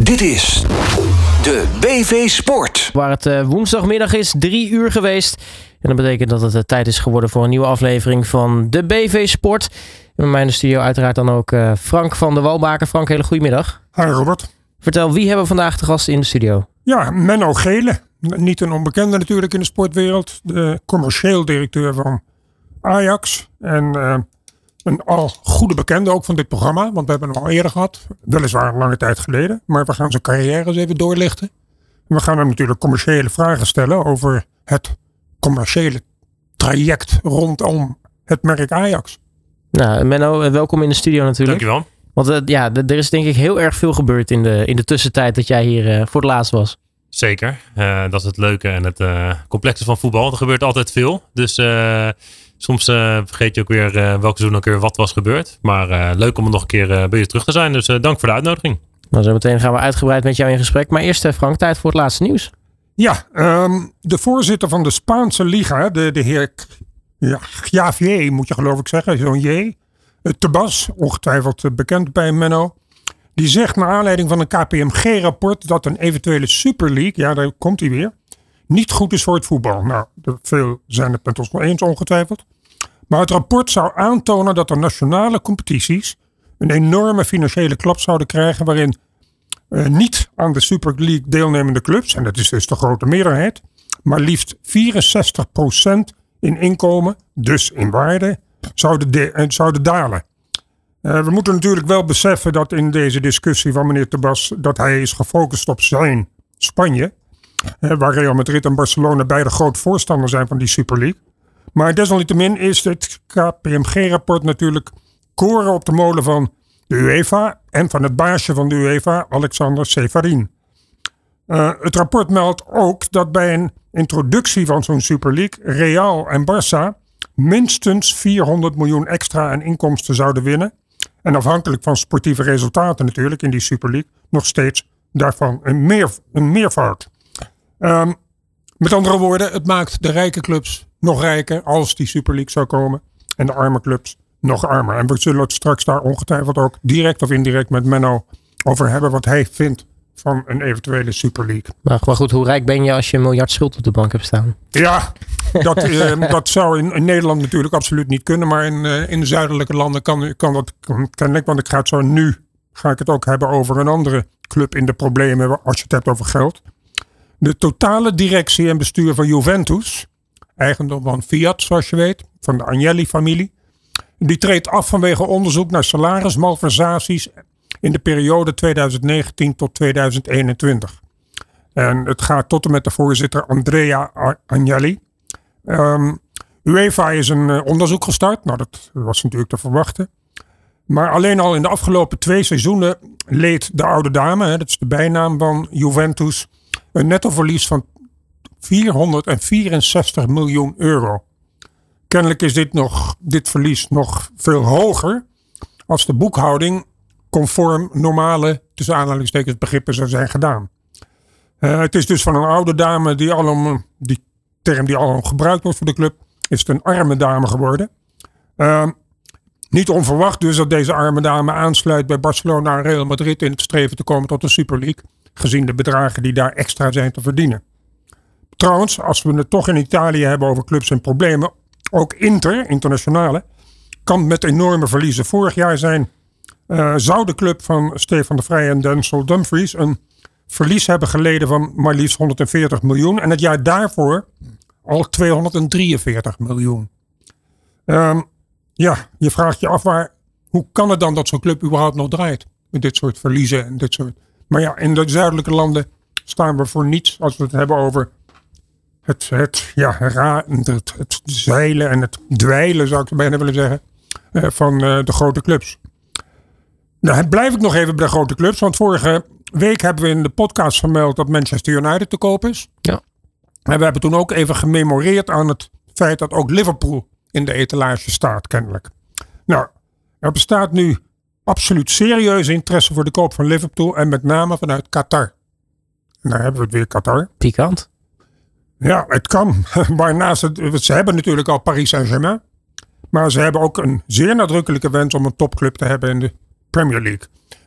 Dit is de BV Sport. Waar het woensdagmiddag is, 3 uur geweest. En dat betekent dat het tijd is geworden voor een nieuwe aflevering van de BV Sport. En met mij in de studio uiteraard dan ook Frank van der Walbaken. Frank, hele goedemiddag. Hi Robert. Vertel, wie hebben we vandaag te gast in de studio? Ja, Menno Gele. Niet een onbekende natuurlijk in de sportwereld. De commercieel directeur van Ajax. En een al goede bekende ook van dit programma. Want we hebben hem al eerder gehad. Weliswaar een lange tijd geleden. Maar we gaan zijn carrière eens even doorlichten. En we gaan hem natuurlijk commerciële vragen stellen over het commerciële traject rondom het merk Ajax. Nou, Menno, welkom in de studio natuurlijk. Dankjewel. Want er is denk ik heel erg veel gebeurd in de tussentijd dat jij hier voor het laatst was. Zeker. Dat is het leuke en het complexe van voetbal. Er gebeurt altijd veel. Dus soms vergeet je ook weer welk seizoen ook weer wat was gebeurd. Maar leuk om er nog een keer bij je terug te zijn. Dus dank voor de uitnodiging. Nou, zo meteen gaan we uitgebreid met jou in gesprek. Maar eerst Frank, tijd voor het laatste nieuws. Ja, de voorzitter van de Spaanse Liga, de heer Javier moet je geloof ik zeggen, zo'n J. Tebas, ongetwijfeld bekend bij Menno. Die zegt naar aanleiding van een KPMG-rapport dat een eventuele Super League, ja daar komt hij weer, niet goed is voor het voetbal. Nou, veel zijn het met ons wel eens ongetwijfeld. Maar het rapport zou aantonen dat de nationale competities een enorme financiële klap zouden krijgen waarin niet aan de Super League deelnemende clubs, en dat is dus de grote meerderheid, maar liefst 64% in inkomen, dus in waarde, zouden dalen. We moeten natuurlijk wel beseffen dat in deze discussie van meneer Tebas, dat hij is gefocust op zijn Spanje, waar Real Madrid en Barcelona beide groot voorstander zijn van die Super League. Maar desalniettemin is het KPMG-rapport natuurlijk koren op de molen van de UEFA en van het baasje van de UEFA, Alexander Ceferin. Het rapport meldt ook dat bij een introductie van zo'n Super League Real en Barça minstens 400 miljoen extra aan inkomsten zouden winnen. En afhankelijk van sportieve resultaten natuurlijk in die Super League nog steeds daarvan een meervoud. Met andere woorden, het maakt de rijke clubs nog rijker als die Super League zou komen. En de arme clubs nog armer. En we zullen het straks daar ongetwijfeld ook direct of indirect met Menno over hebben wat hij vindt van een eventuele Super League. Maar goed, hoe rijk ben je als je 1 miljard schuld op de bank hebt staan? Ja, dat zou in Nederland natuurlijk absoluut niet kunnen. Maar in de zuidelijke landen kan dat kennelijk. Want ga ik het ook hebben over een andere club in de problemen als je het hebt over geld. De totale directie en bestuur van Juventus, eigendom van Fiat zoals je weet, van de Agnelli-familie. Die treedt af vanwege onderzoek naar salarismalversaties in de periode 2019 tot 2021. En het gaat tot en met de voorzitter Andrea Agnelli. UEFA is een onderzoek gestart. Nou, dat was natuurlijk te verwachten. Maar alleen al in de afgelopen 2 seizoenen leed de oude dame, dat is de bijnaam van Juventus, een nettoverlies van 464 miljoen euro. Kennelijk is dit verlies nog veel hoger als de boekhouding conform normale, tussen aanhalingstekens, begrippen zou zijn gedaan. Het is dus van een oude dame die term die al gebruikt wordt voor de club, is het een arme dame geworden. Niet onverwacht dus dat deze arme dame aansluit bij Barcelona en Real Madrid in het streven te komen tot een Super League, gezien de bedragen die daar extra zijn te verdienen. Trouwens, als we het toch in Italië hebben over clubs en problemen, ook internationale, kan met enorme verliezen. Vorig jaar zou de club van Stefan de Vrij en Denzel Dumfries een verlies hebben geleden van maar liefst 140 miljoen. En het jaar daarvoor al 243 miljoen. Je vraagt je af hoe kan het dan dat zo'n club überhaupt nog draait? Met dit soort verliezen en dit soort. Maar ja, in de zuidelijke landen staan we voor niets als we het hebben over het zeilen en het dweilen, zou ik bijna willen zeggen, van de grote clubs. Nou, blijf ik nog even bij de grote clubs, want vorige week hebben we in de podcast vermeld dat Manchester United te koop is. Ja. En we hebben toen ook even gememoreerd aan het feit dat ook Liverpool in de etalage staat, kennelijk. Nou, er bestaat nu absoluut serieuze interesse voor de koop van Liverpool en met name vanuit Qatar. En daar hebben we het weer, Qatar. Pikant. Ja, het kan. Maar ze hebben natuurlijk al Paris Saint-Germain. Maar ze hebben ook een zeer nadrukkelijke wens om een topclub te hebben in de Premier League.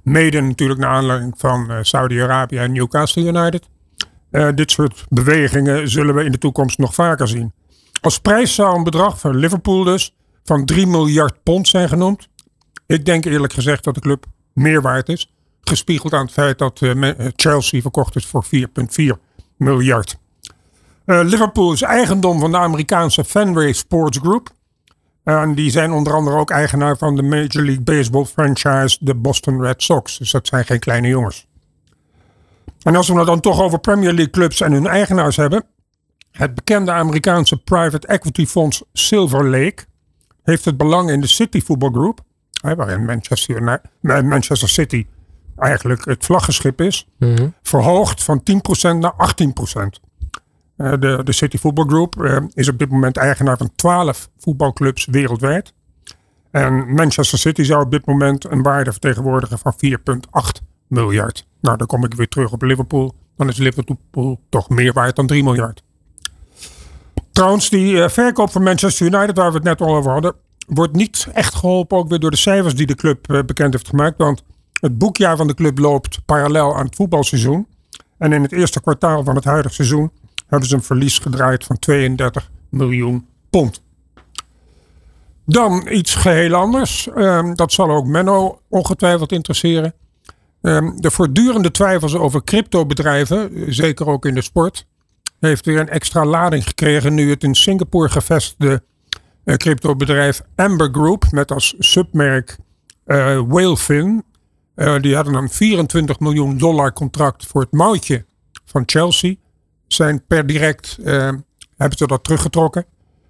Mede natuurlijk naar aanleiding van Saudi-Arabië en Newcastle United. Dit soort bewegingen zullen we in de toekomst nog vaker zien. Als prijs zou een bedrag voor Liverpool dus van 3 miljard pond zijn genoemd. Ik denk eerlijk gezegd dat de club meer waard is. Gespiegeld aan het feit dat Chelsea verkocht is voor 4,4 miljard. Liverpool is eigendom van de Amerikaanse Fenway Sports Group. En die zijn onder andere ook eigenaar van de Major League Baseball franchise, de Boston Red Sox. Dus dat zijn geen kleine jongens. En als we het dan toch over Premier League clubs en hun eigenaars hebben. Het bekende Amerikaanse private equity fonds Silver Lake heeft het belang in de City Football Group. Waarin Manchester City eigenlijk het vlaggenschip is. Verhoogd van 10% naar 18%. De City Football Group is op dit moment eigenaar van 12 voetbalclubs wereldwijd. En Manchester City zou op dit moment een waarde vertegenwoordigen van 4,8 miljard. Nou, dan kom ik weer terug op Liverpool. Dan is Liverpool toch meer waard dan 3 miljard. Trouwens, die verkoop van Manchester United, waar we het net al over hadden, wordt niet echt geholpen ook weer door de cijfers die de club bekend heeft gemaakt. Want het boekjaar van de club loopt parallel aan het voetbalseizoen. En in het eerste kwartaal van het huidige seizoen hebben ze een verlies gedraaid van 32 miljoen pond. Dan iets geheel anders. Dat zal ook Menno ongetwijfeld interesseren. De voortdurende twijfels over cryptobedrijven, zeker ook in de sport, heeft weer een extra lading gekregen nu het in Singapore gevestigde cryptobedrijf Amber Group met als submerk Whalefin. Die hadden een $24 miljoen contract voor het moutje van Chelsea. Zijn per direct hebben ze dat teruggetrokken.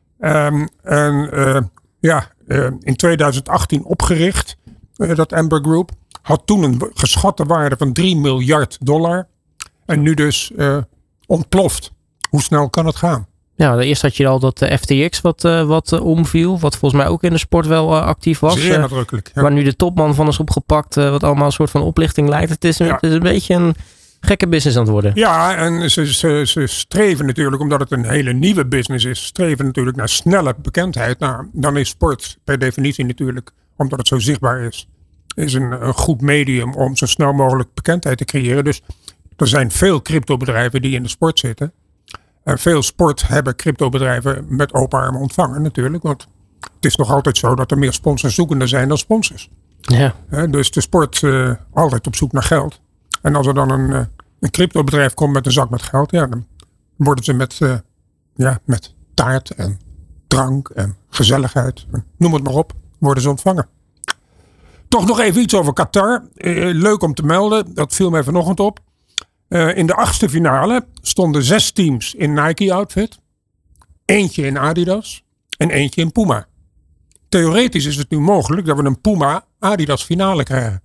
In 2018 opgericht, dat Amber Group. Had toen een geschatte waarde van $3 miljard. En nu dus ontploft. Hoe snel kan het gaan? Ja, eerst had je al dat FTX wat omviel. Wat volgens mij ook in de sport wel actief was. Zeer nadrukkelijk. Ja. Waar nu de topman van is opgepakt. Wat allemaal een soort van oplichting lijkt. Het is een beetje een gekke business aan het worden. Ja, en ze streven natuurlijk, omdat het een hele nieuwe business is, streven natuurlijk naar snelle bekendheid. Nou, dan is sport per definitie natuurlijk, omdat het zo zichtbaar is een goed medium om zo snel mogelijk bekendheid te creëren. Dus er zijn veel cryptobedrijven die in de sport zitten. En veel sport hebben cryptobedrijven met open armen ontvangen natuurlijk. Want het is nog altijd zo dat er meer sponsorzoekenden zijn dan sponsors. Ja. Dus de sport altijd op zoek naar geld. En als er dan een cryptobedrijf komt met een zak met geld, ja, dan worden ze met taart en drank en gezelligheid, noem het maar op, worden ze ontvangen. Toch nog even iets over Qatar. Leuk om te melden, dat viel mij vanochtend op. In de 8e finale stonden 6 teams in Nike outfit. Eentje in Adidas en eentje in Puma. Theoretisch is het nu mogelijk dat we een Puma Adidas finale krijgen.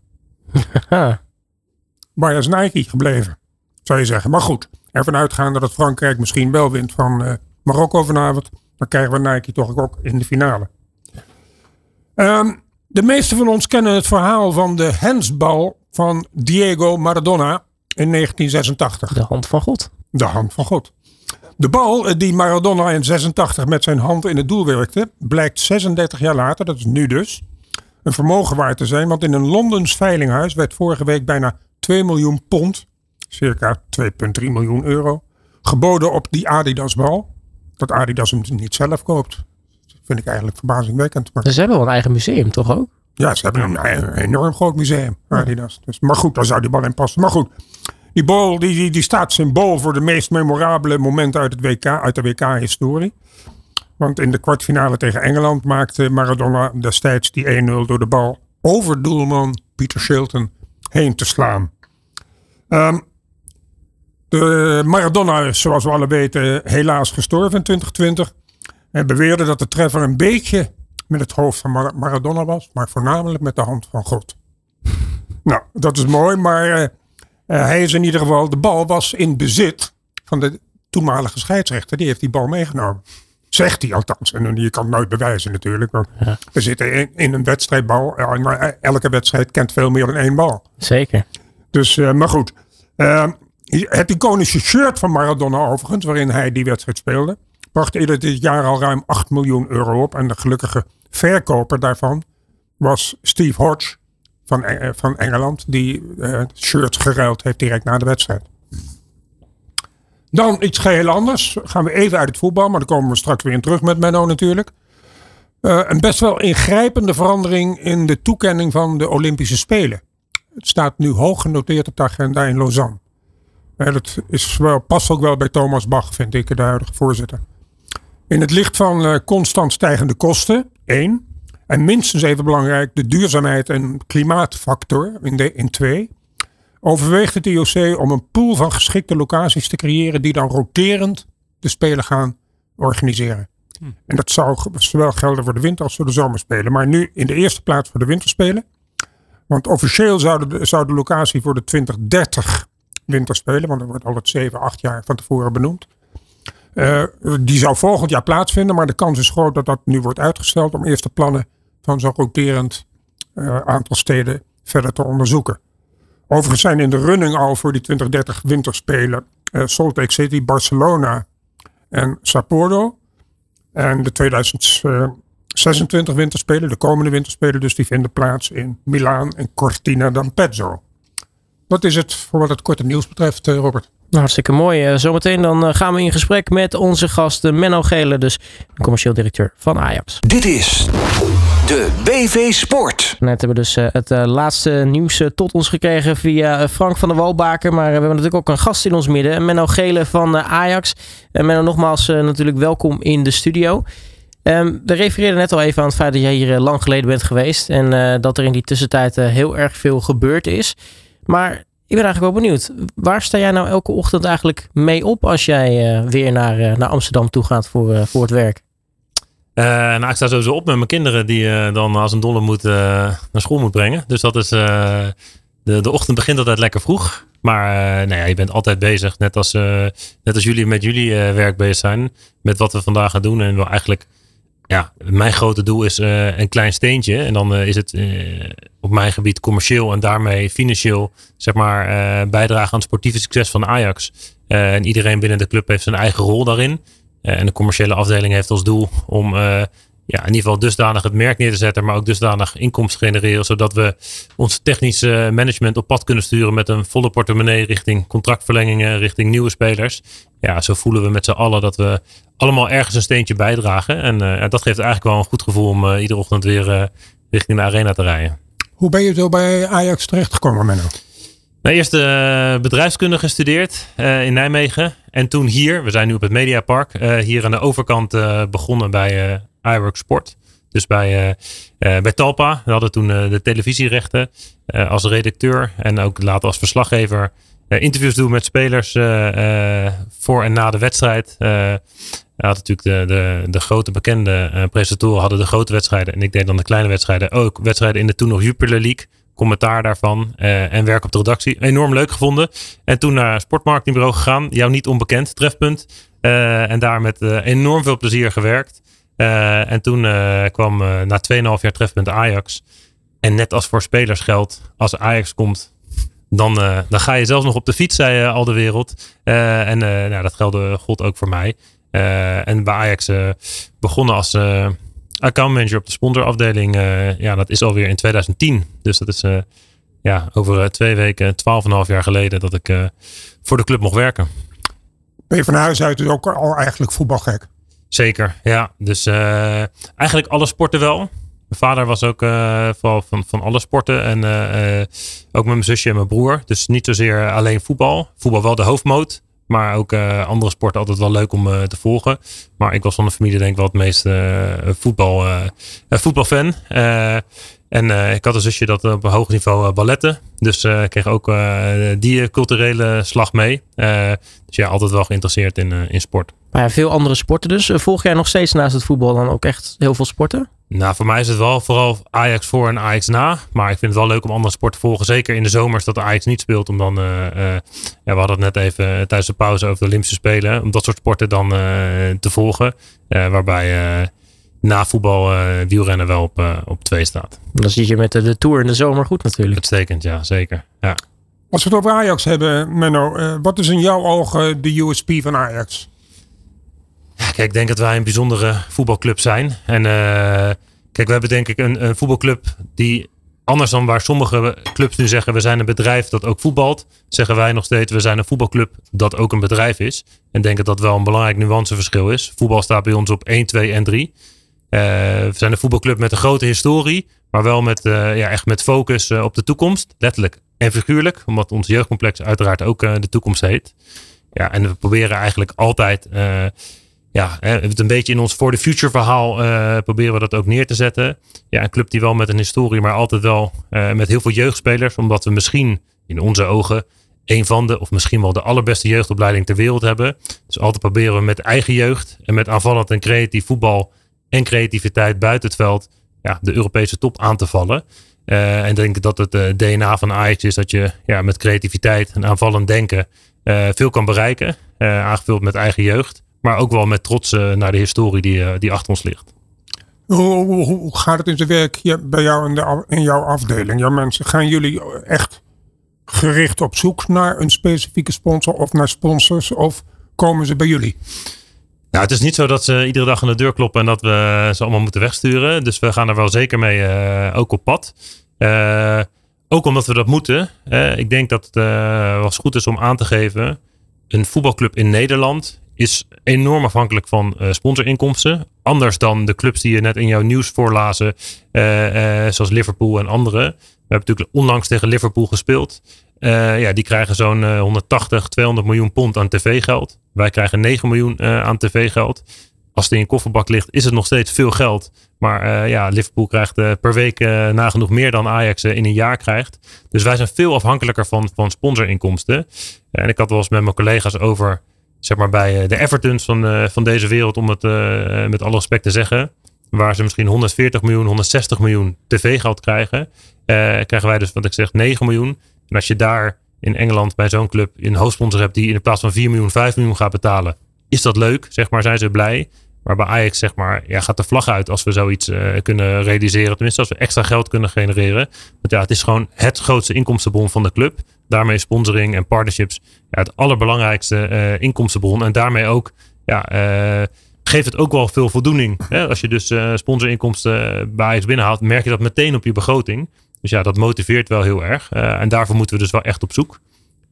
Waar is Nike gebleven, zou je zeggen. Maar goed, ervan uitgaande dat Frankrijk misschien wel wint van Marokko vanavond, dan krijgen we Nike toch ook in de finale. De meesten van ons kennen het verhaal van de handsbal van Diego Maradona in 1986. De hand van God. De hand van God. De bal die Maradona in 86 met zijn hand in het doel werkte, blijkt 36 jaar later, dat is nu dus, een vermogen waard te zijn. Want in een Londens veilinghuis werd vorige week bijna 2 miljoen pond, circa 2,3 miljoen euro, geboden op die Adidas-bal. Dat Adidas hem niet zelf koopt. Dat vind ik eigenlijk verbazingwekkend. Maar... Ze hebben wel een eigen museum, toch ook? Ja, ze hebben een enorm groot museum, Adidas. Dus, maar goed, daar zou die bal in passen. Maar goed, die bal die staat symbool voor de meest memorabele momenten uit de WK-historie. Want in de kwartfinale tegen Engeland maakte Maradona destijds die 1-0 door de bal over doelman Peter Shilton heen te slaan. De Maradona is, zoals we alle weten, helaas gestorven in 2020. En beweerde dat de treffer een beetje met het hoofd van Maradona was, maar voornamelijk met de hand van God. Nou, dat is mooi, maar hij is in ieder geval, de bal was in bezit van de toenmalige scheidsrechter. Die heeft die bal meegenomen. Zegt hij althans. En je kan het nooit bewijzen natuurlijk. Want we zitten in een wedstrijdbal. Maar elke wedstrijd kent veel meer dan 1 bal. Zeker. Dus, maar goed. Het iconische shirt van Maradona overigens, waarin hij die wedstrijd speelde, bracht eerder dit jaar al ruim 8 miljoen euro op. En de gelukkige verkoper daarvan was Steve Hodge van Engeland. Die shirts geruild heeft direct na de wedstrijd. Dan iets geheel anders. Gaan we even uit het voetbal. Maar daar komen we straks weer in terug met Menno natuurlijk. Een best wel ingrijpende verandering in de toekenning van de Olympische Spelen. Het staat nu hoog genoteerd op de agenda in Lausanne. Dat past ook wel bij Thomas Bach, vind ik, de huidige voorzitter. In het licht van constant stijgende kosten, 1. En minstens even belangrijk, de duurzaamheid en klimaatfactor, in 2. Overweegt het IOC om een pool van geschikte locaties te creëren die dan roterend de Spelen gaan organiseren. En dat zou zowel gelden voor de winter als voor de zomerspelen. Maar nu in de eerste plaats voor de winterspelen. Want officieel zou de locatie voor de 2030 winterspelen, want er wordt al het 7, 8 jaar van tevoren benoemd. Die zou volgend jaar plaatsvinden, maar de kans is groot dat dat nu wordt uitgesteld om eerst de plannen van zo'n roterend aantal steden verder te onderzoeken. Overigens zijn in de running al voor die 2030 winterspelen Salt Lake City, Barcelona en Sapporo. En de 2026 winterspelen, de komende winterspelen, dus die vinden plaats in Milaan en Cortina d'Ampezzo. Dat is het voor wat het korte nieuws betreft, Robert. Hartstikke mooi. Zometeen dan gaan we in gesprek met onze gast Menno Gele, dus commercieel directeur van Ajax. Dit is de BV Sport. Net hebben we dus het laatste nieuws tot ons gekregen via Frank van der Walbaker. Maar we hebben natuurlijk ook een gast in ons midden, Menno Gele van Ajax. Menno, nogmaals natuurlijk welkom in de studio. We refereerden net al even aan het feit dat jij hier lang geleden bent geweest. En dat er in die tussentijd heel erg veel gebeurd is. Maar ik ben eigenlijk wel benieuwd. Waar sta jij nou elke ochtend eigenlijk mee op als jij weer naar Amsterdam toe gaat voor het werk? Nou, ik sta sowieso op met mijn kinderen die dan als een dolle naar school moet brengen. Dus dat is de ochtend begint altijd lekker vroeg. Maar je bent altijd bezig. Net als jullie met jullie werk bezig zijn. Met wat we vandaag gaan doen. En wel eigenlijk, mijn grote doel is een klein steentje. En dan is het op mijn gebied commercieel en daarmee financieel zeg maar bijdragen aan het sportieve succes van Ajax. En iedereen binnen de club heeft zijn eigen rol daarin. En de commerciële afdeling heeft als doel om in ieder geval dusdanig het merk neer te zetten, maar ook dusdanig inkomsten genereren, zodat we ons technische management op pad kunnen sturen met een volle portemonnee richting contractverlengingen, richting nieuwe spelers. Ja, zo voelen we met z'n allen dat we allemaal ergens een steentje bijdragen. En dat geeft eigenlijk wel een goed gevoel om iedere ochtend weer richting de arena te rijden. Hoe ben je zo bij Ajax terechtgekomen, Menno? Eerst bedrijfskunde gestudeerd in Nijmegen. En toen hier, we zijn nu op het Mediapark, hier aan de overkant begonnen bij iWork Sport. Dus bij Talpa. We hadden toen de televisierechten als redacteur en ook later als verslaggever. Interviews doen met spelers voor en na de wedstrijd. Had natuurlijk de grote bekende presentatoren hadden de grote wedstrijden. En ik deed dan de kleine wedstrijden. Ook wedstrijden in de toen nog Jupiler League. Commentaar daarvan en werk op de redactie. Enorm leuk gevonden. En toen naar sportmarketingbureau gegaan. Jou niet onbekend, Trefpunt. En daar met enorm veel plezier gewerkt. En toen kwam na 2,5 jaar Trefpunt Ajax. En net als voor spelers geldt, als Ajax komt, dan ga je zelfs nog op de fiets, zei al de wereld. Dat gold ook voor mij. En bij Ajax begonnen als accountmanager op de sponsorafdeling. Dat is alweer in 2010. Dus dat is over 2 weken, 12,5 jaar geleden dat ik voor de club mocht werken. Ben je van huis uit dus ook al eigenlijk voetbalgek? Zeker, ja. Dus eigenlijk alle sporten wel. Mijn vader was ook vooral van alle sporten. En ook met mijn zusje en mijn broer. Dus niet zozeer alleen voetbal. Voetbal wel de hoofdmoot. Maar ook andere sporten altijd wel leuk om te volgen. Maar ik was van de familie denk ik wel het meest voetbalfan. En ik had een zusje dat op een hoog niveau balletten. Dus ik kreeg ook die culturele slag mee. Dus altijd wel geïnteresseerd in sport. Maar veel andere sporten dus. Volg jij nog steeds naast het voetbal dan ook echt heel veel sporten? Nou, voor mij is het wel vooral Ajax voor en Ajax na. Maar ik vind het wel leuk om andere sporten te volgen. Zeker in de zomers dat de Ajax niet speelt. Om dan, we hadden het net even tijdens de pauze over de Olympische Spelen. Om dat soort sporten dan te volgen. Waarbij na voetbal wielrennen wel op 2 staat. Dan zit je met de Tour in de zomer goed natuurlijk. Uitstekend, ja, zeker. Ja. Als we het over Ajax hebben, Menno. Wat is in jouw ogen de USP van Ajax? Ja, kijk, ik denk dat wij een bijzondere voetbalclub zijn. En kijk, we hebben denk ik een voetbalclub die Anders dan waar sommige clubs nu zeggen, we zijn een bedrijf dat ook voetbalt. Zeggen wij nog steeds, we zijn een voetbalclub dat ook een bedrijf is. En denken dat wel een belangrijk nuanceverschil is. Voetbal staat bij ons op 1, 2 en 3. We zijn een voetbalclub met een grote historie. Maar wel met, echt met focus op de toekomst. Letterlijk en figuurlijk. Omdat ons jeugdcomplex uiteraard ook de toekomst heet. Ja, en we proberen eigenlijk altijd... het een beetje in ons For the Future verhaal proberen we dat ook neer te zetten. Ja, een club die wel met een historie, maar altijd wel met heel veel jeugdspelers. Omdat we misschien in onze ogen een van de, of misschien wel de allerbeste jeugdopleiding ter wereld hebben. Dus altijd proberen we met eigen jeugd en met aanvallend en creatief voetbal en creativiteit buiten het veld de Europese top aan te vallen. En denk dat het DNA van Ajax is dat je met creativiteit en aanvallend denken veel kan bereiken. Aangevuld met eigen jeugd. Maar ook wel met trots naar de historie die achter ons ligt. Hoe gaat het in zijn werk bij jou in jouw afdeling? Ja, mensen, gaan jullie echt gericht op zoek naar een specifieke sponsor of naar sponsors? Of komen ze bij jullie? Nou, het is niet zo dat ze iedere dag aan de deur kloppen en dat we ze allemaal moeten wegsturen. Dus we gaan er wel zeker mee ook op pad. Ook omdat we dat moeten. Ik denk dat het wel eens goed is om aan te geven. Een voetbalclub in Nederland is enorm afhankelijk van sponsorinkomsten. Anders dan de clubs die je net in jouw nieuws voorlazen. Zoals Liverpool en andere. We hebben natuurlijk onlangs tegen Liverpool gespeeld. Die krijgen zo'n 180, 200 miljoen pond aan tv-geld. Wij krijgen 9 miljoen aan tv-geld. Als het in je kofferbak ligt, is het nog steeds veel geld. Maar Liverpool krijgt per week nagenoeg meer dan Ajax in een jaar krijgt. Dus wij zijn veel afhankelijker van sponsorinkomsten. En ik had wel eens met mijn collega's over, zeg maar bij de Evertons van deze wereld, om het met alle respect te zeggen. Waar ze misschien 140 miljoen, 160 miljoen tv-geld krijgen. Krijgen wij dus, wat ik zeg, 9 miljoen. En als je daar in Engeland bij zo'n club een hoofdsponsor hebt die in plaats van 4 miljoen, 5 miljoen gaat betalen. Is dat leuk, zeg maar, zijn ze blij. Maar bij Ajax, zeg maar, gaat de vlag uit als we zoiets kunnen realiseren. Tenminste, als we extra geld kunnen genereren. Want het is gewoon het grootste inkomstenbron van de club. Daarmee sponsoring en partnerships het allerbelangrijkste inkomstenbron. En daarmee ook, geeft het ook wel veel voldoening. Als je dus sponsorinkomsten bij Ajax binnenhaalt, merk je dat meteen op je begroting. Dus dat motiveert wel heel erg. En daarvoor moeten we dus wel echt op zoek.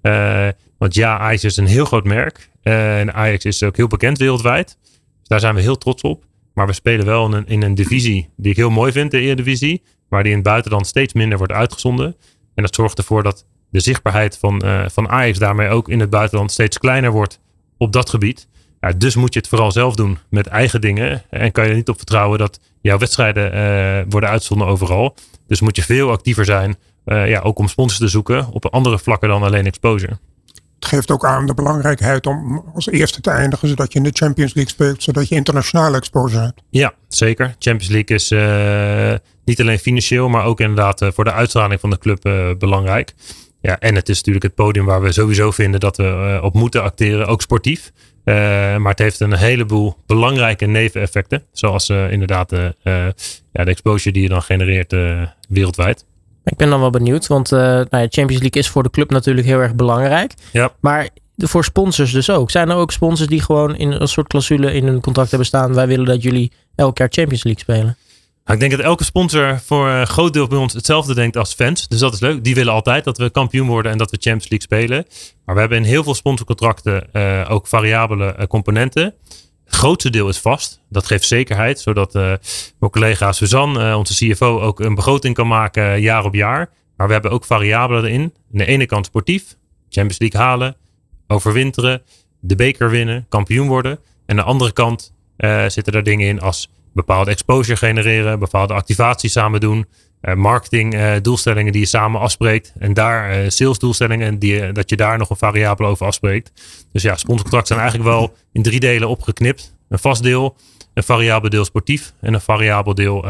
Want Ajax is een heel groot merk. En Ajax is ook heel bekend wereldwijd. Dus daar zijn we heel trots op. Maar we spelen wel in een divisie die ik heel mooi vind, de Eredivisie. Maar die in het buitenland steeds minder wordt uitgezonden. En dat zorgt ervoor dat de zichtbaarheid van Ajax daarmee ook in het buitenland steeds kleiner wordt op dat gebied. Dus moet je het vooral zelf doen met eigen dingen. En kan je er niet op vertrouwen dat jouw wedstrijden worden uitgezonden overal. Dus moet je veel actiever zijn. Ook om sponsors te zoeken op andere vlakken dan alleen exposure. Het geeft ook aan de belangrijkheid om als eerste te eindigen, zodat je in de Champions League speelt, zodat je internationale exposure hebt. Ja, zeker. Champions League is niet alleen financieel, maar ook inderdaad voor de uitstraling van de club belangrijk. Ja, en het is natuurlijk het podium waar we sowieso vinden dat we op moeten acteren, ook sportief. Maar het heeft een heleboel belangrijke neveneffecten. Zoals inderdaad de exposure die je dan genereert wereldwijd. Ik ben dan wel benieuwd, want Champions League is voor de club natuurlijk heel erg belangrijk. Ja. Maar voor sponsors dus ook. Zijn er ook sponsors die gewoon in een soort clausule in hun contract hebben staan: wij willen dat jullie elk jaar Champions League spelen? Ik denk dat elke sponsor voor een groot deel bij ons hetzelfde denkt als fans. Dus dat is leuk. Die willen altijd dat we kampioen worden en dat we Champions League spelen. Maar we hebben in heel veel sponsorcontracten ook variabele componenten. Het grootste deel is vast. Dat geeft zekerheid. Zodat mijn collega Suzanne, onze CFO, ook een begroting kan maken jaar op jaar. Maar we hebben ook variabelen erin. Aan de ene kant sportief. Champions League halen. Overwinteren. De beker winnen. Kampioen worden. En aan de andere kant zitten er dingen in als bepaalde exposure genereren. Bepaalde activaties samen doen. Marketing doelstellingen die je samen afspreekt. En daar sales doelstellingen dat je daar nog een variabele over afspreekt. Dus sponsorcontracten zijn eigenlijk wel in 3 delen opgeknipt. Een vast deel, een variabel deel sportief en een variabel deel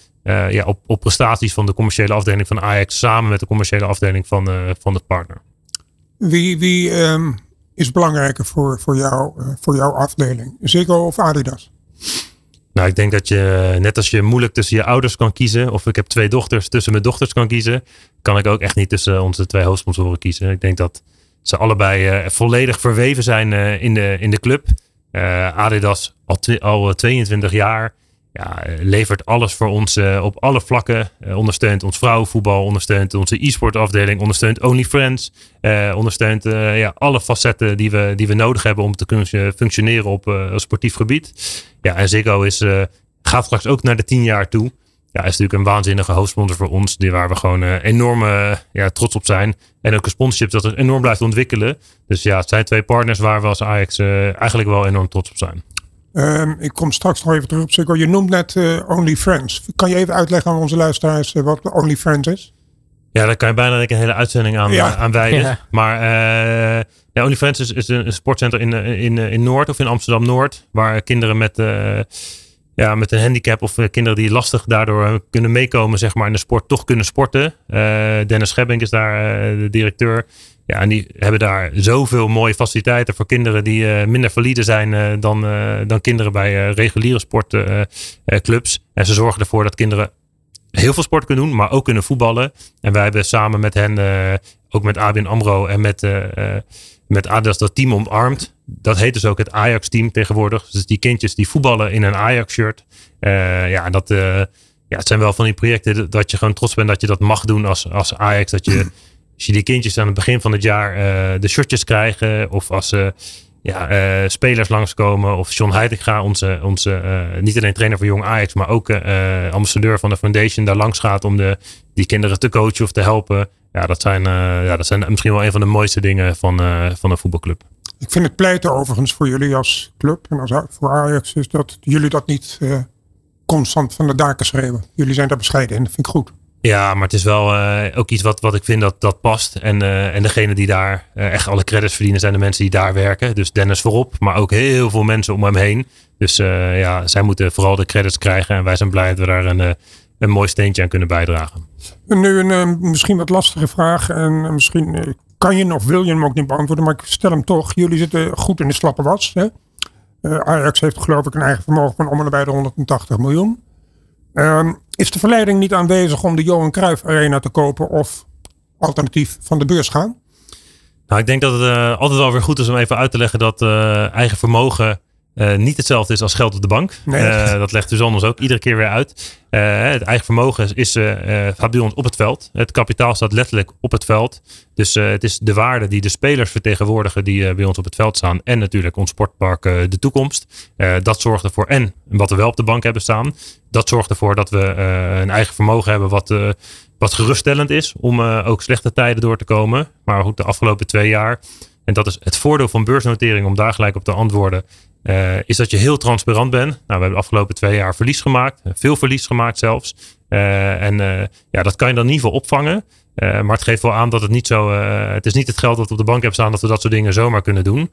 op prestaties van de commerciële afdeling van Ajax samen met de commerciële afdeling van de partner. Wie is belangrijker voor jouw afdeling? Ziggo of Adidas? Nou, ik denk dat je, net als je moeilijk tussen je ouders kan kiezen, of ik heb 2 dochters, tussen mijn dochters kan kiezen, kan ik ook echt niet tussen onze 2 hoofdsponsoren kiezen. Ik denk dat ze allebei volledig verweven zijn in de club. Adidas al 22 jaar. levert alles voor ons op alle vlakken. Ondersteunt ons vrouwenvoetbal, ondersteunt onze e-sport afdeling, ondersteunt OnlyFriends. Ondersteunt alle facetten die we nodig hebben om te kunnen functioneren op sportief gebied. Ja, en Ziggo gaat straks ook naar de 10 jaar toe. Ja, is natuurlijk een waanzinnige hoofdsponsor voor ons. Waar we gewoon enorm trots op zijn. En ook een sponsorship dat er enorm blijft ontwikkelen. Dus ja, het zijn 2 partners waar we als Ajax eigenlijk wel enorm trots op zijn. Ik kom straks nog even terug op Ziggo. Je noemt net OnlyFriends. Kan je even uitleggen aan onze luisteraars wat OnlyFriends is? Ja, daar kan je bijna een hele uitzending aan wijden. Ja. Maar OnlyFriends is een sportcenter in Noord of in Amsterdam-Noord. Waar kinderen met een handicap of kinderen die lastig daardoor kunnen meekomen zeg maar, in de sport toch kunnen sporten. Dennis Schebbink is daar de directeur. Ja, en die hebben daar zoveel mooie faciliteiten voor kinderen die minder valide zijn dan kinderen bij reguliere sportclubs. En ze zorgen ervoor dat kinderen heel veel sport kunnen doen, maar ook kunnen voetballen. En wij hebben samen met hen, ook met ABN AMRO en met Adidas dat team omarmd. Dat heet dus ook het Ajax-team tegenwoordig. Dus die kindjes die voetballen in een Ajax-shirt. Het zijn wel van die projecten dat je gewoon trots bent dat je dat mag doen als Ajax. Dat je, als je die kindjes aan het begin van het jaar de shirtjes krijgen. Of als spelers langskomen. Of John Heitinga, onze niet alleen trainer voor Jong Ajax, maar ook ambassadeur van de foundation, daar langs gaat om die kinderen te coachen of te helpen. Ja, dat zijn misschien wel een van de mooiste dingen van een voetbalclub. Ik vind het pleiten overigens voor jullie als club en voor Ajax is dat jullie dat niet constant van de daken schreeuwen. Jullie zijn daar bescheiden en dat vind ik goed. Ja, maar het is wel ook iets wat ik vind dat past. En degene die daar echt alle credits verdienen zijn de mensen die daar werken. Dus Dennis voorop, maar ook heel veel mensen om hem heen. Dus zij moeten vooral de credits krijgen. En wij zijn blij dat we daar een mooi steentje aan kunnen bijdragen. Nu een misschien wat lastige vraag. En misschien kan je of wil je hem ook niet beantwoorden. Maar ik stel hem toch. Jullie zitten goed in de slappe was. Hè? Ajax heeft geloof ik een eigen vermogen van om en bij de 180 miljoen. Is de verleiding niet aanwezig om de Johan Cruijff Arena te kopen of alternatief van de beurs gaan? Nou, ik denk dat het altijd wel weer goed is om even uit te leggen dat eigen vermogen niet hetzelfde is als geld op de bank. Nee. Dat legt Suzanne ons ook iedere keer weer uit. Het eigen vermogen gaat bij ons op het veld. Het kapitaal staat letterlijk op het veld. Dus het is de waarde die de spelers vertegenwoordigen die bij ons op het veld staan. En natuurlijk ons sportpark de toekomst. Dat zorgt ervoor. En wat we wel op de bank hebben staan. Dat zorgt ervoor dat we een eigen vermogen hebben wat geruststellend is. Om ook slechte tijden door te komen. Maar goed, de afgelopen 2 jaar. En dat is het voordeel van beursnotering om daar gelijk op te antwoorden. Is dat je heel transparant bent. Nou, we hebben de afgelopen 2 jaar verlies gemaakt. Veel verlies gemaakt zelfs. Dat kan je dan in ieder geval opvangen. Maar het geeft wel aan dat het niet zo... het is niet het geld dat we op de bank hebben staan dat we dat soort dingen zomaar kunnen doen.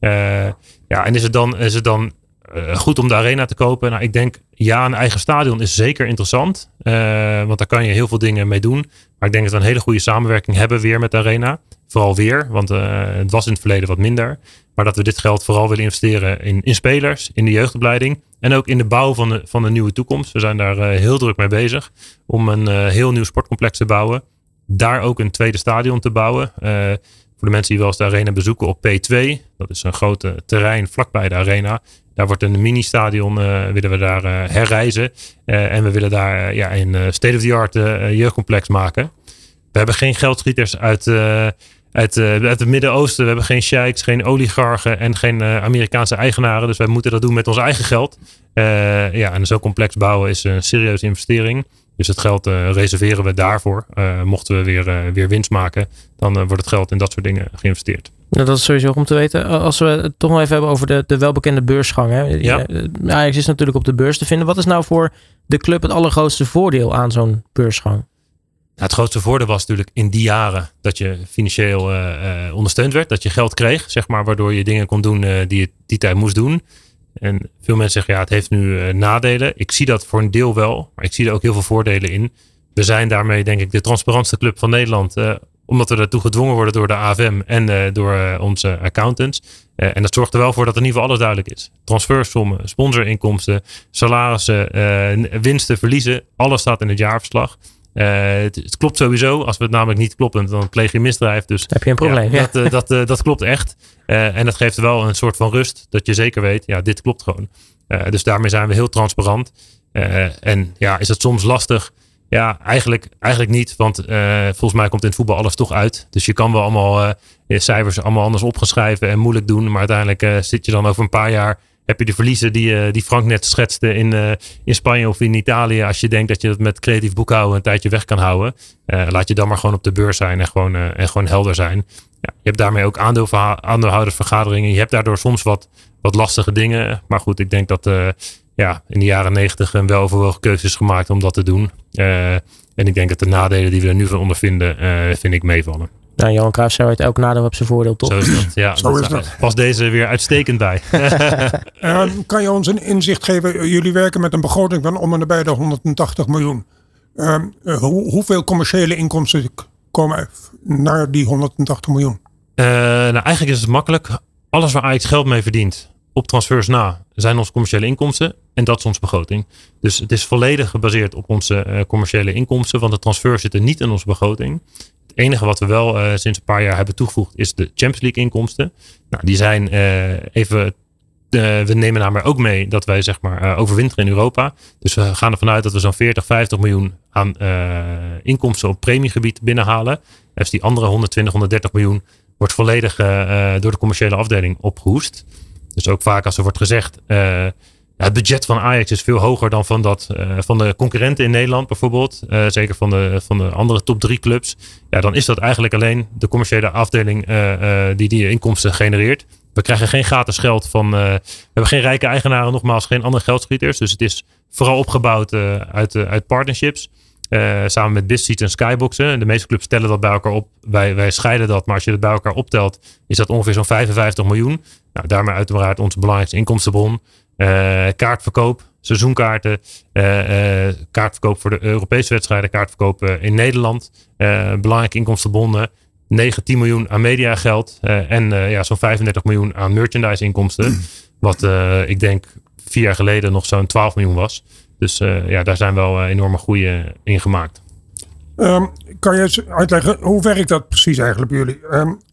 En is het dan goed om de arena te kopen? Nou, ik denk een eigen stadion is zeker interessant. Want daar kan je heel veel dingen mee doen. Maar ik denk dat we een hele goede samenwerking hebben weer met de arena. Vooral weer, want het was in het verleden wat minder. Maar dat we dit geld vooral willen investeren in spelers, in de jeugdopleiding. En ook in de bouw van een nieuwe toekomst. We zijn daar heel druk mee bezig om een heel nieuw sportcomplex te bouwen. Daar ook een tweede stadion te bouwen. Voor de mensen die wel eens de arena bezoeken op P2. Dat is een groot terrein vlakbij de arena. Daar wordt een mini-stadion, willen we daar herreizen. En we willen daar een state-of-the-art jeugdcomplex maken. We hebben geen geldschieters uit het Midden-Oosten. We hebben geen sheiks, geen oligarchen en geen Amerikaanse eigenaren. Dus wij moeten dat doen met ons eigen geld. En zo'n complex bouwen is een serieuze investering. Dus het geld reserveren we daarvoor. Mochten we weer winst maken, dan wordt het geld in dat soort dingen geïnvesteerd. Ja, dat is sowieso om te weten. Als we het toch nog even hebben over de welbekende beursgang. Hè? Ja. Ajax is natuurlijk op de beurs te vinden. Wat is nou voor de club het allergrootste voordeel aan zo'n beursgang? Nou, het grootste voordeel was natuurlijk in die jaren dat je financieel ondersteund werd. Dat je geld kreeg, zeg maar, waardoor je dingen kon doen die je die tijd moest doen. En veel mensen zeggen, het heeft nu nadelen. Ik zie dat voor een deel wel, maar ik zie er ook heel veel voordelen in. We zijn daarmee, denk ik, de transparantste club van Nederland. Omdat we daartoe gedwongen worden door de AFM en door onze accountants. En dat zorgt er wel voor dat in ieder geval alles duidelijk is. Transfersommen, sponsorinkomsten, salarissen, winsten, verliezen. Alles staat in het jaarverslag. Het klopt sowieso. Als we het namelijk niet kloppen, dan pleeg je misdrijf. Dus heb je een probleem. Dat klopt echt. En dat geeft wel een soort van rust. Dat je zeker weet, dit klopt gewoon. Dus daarmee zijn we heel transparant. En is het soms lastig? Ja, eigenlijk niet. Want volgens mij komt in het voetbal alles toch uit. Dus je kan wel allemaal cijfers allemaal anders opgeschrijven en moeilijk doen. Maar uiteindelijk zit je dan over een paar jaar... heb je de verliezen die Frank net schetste in Spanje of in Italië. Als je denkt dat je dat met creatief boekhouden een tijdje weg kan houden. Laat je dan maar gewoon op de beurs zijn en gewoon helder zijn. Ja, je hebt daarmee ook aandeelhoudersvergaderingen. Je hebt daardoor soms wat lastige dingen. Maar goed, ik denk dat in de jaren 90 een weloverwogen keuze is gemaakt om dat te doen. En ik denk dat de nadelen die we er nu van ondervinden, vind ik meevallen. Nou, Johan Cruijff zei uit elk nadeel op zijn voordeel, toch? Zo is dat. Ja, Zo is dat. Past deze weer uitstekend bij. Kan je ons een inzicht geven? Jullie werken met een begroting van om en nabij de 180 miljoen. Hoeveel commerciële inkomsten komen naar die 180 miljoen? Eigenlijk is het makkelijk. Alles waar Ajax geld mee verdient, op transfers na, zijn onze commerciële inkomsten. En dat is onze begroting. Dus het is volledig gebaseerd op onze commerciële inkomsten. Want de transfers zitten niet in onze begroting. Het enige wat we wel sinds een paar jaar hebben toegevoegd is de Champions League inkomsten. Nou, die zijn we nemen namelijk ook mee dat wij overwinteren in Europa. Dus we gaan ervan uit dat we zo'n 40, 50 miljoen aan inkomsten op premiegebied binnenhalen. Dus die andere 120, 130 miljoen wordt volledig door de commerciële afdeling opgehoest. Dus ook vaak als er wordt gezegd... het budget van Ajax is veel hoger dan van de concurrenten in Nederland bijvoorbeeld. Zeker van de andere top 3 clubs. Ja, dan is dat eigenlijk alleen de commerciële afdeling die inkomsten genereert. We krijgen geen gratis geld we hebben geen rijke eigenaren, nogmaals geen andere geldschieters. Dus het is vooral opgebouwd uit partnerships. Samen met BizSeat en Skyboxen. De meeste clubs tellen dat bij elkaar op. Wij scheiden dat, maar als je het bij elkaar optelt, is dat ongeveer zo'n 55 miljoen. Nou, daarmee uiteraard onze belangrijkste inkomstenbron. Kaartverkoop, seizoenkaarten, kaartverkoop voor de Europese wedstrijden, kaartverkoop in Nederland. Belangrijke inkomstenbronnen. 9, 10 miljoen aan mediageld en zo'n 35 miljoen aan merchandise inkomsten. Wat ik denk 4 jaar geleden nog zo'n 12 miljoen was. Dus daar zijn wel enorme groei in gemaakt. Kan je eens uitleggen, hoe werkt dat precies eigenlijk bij jullie?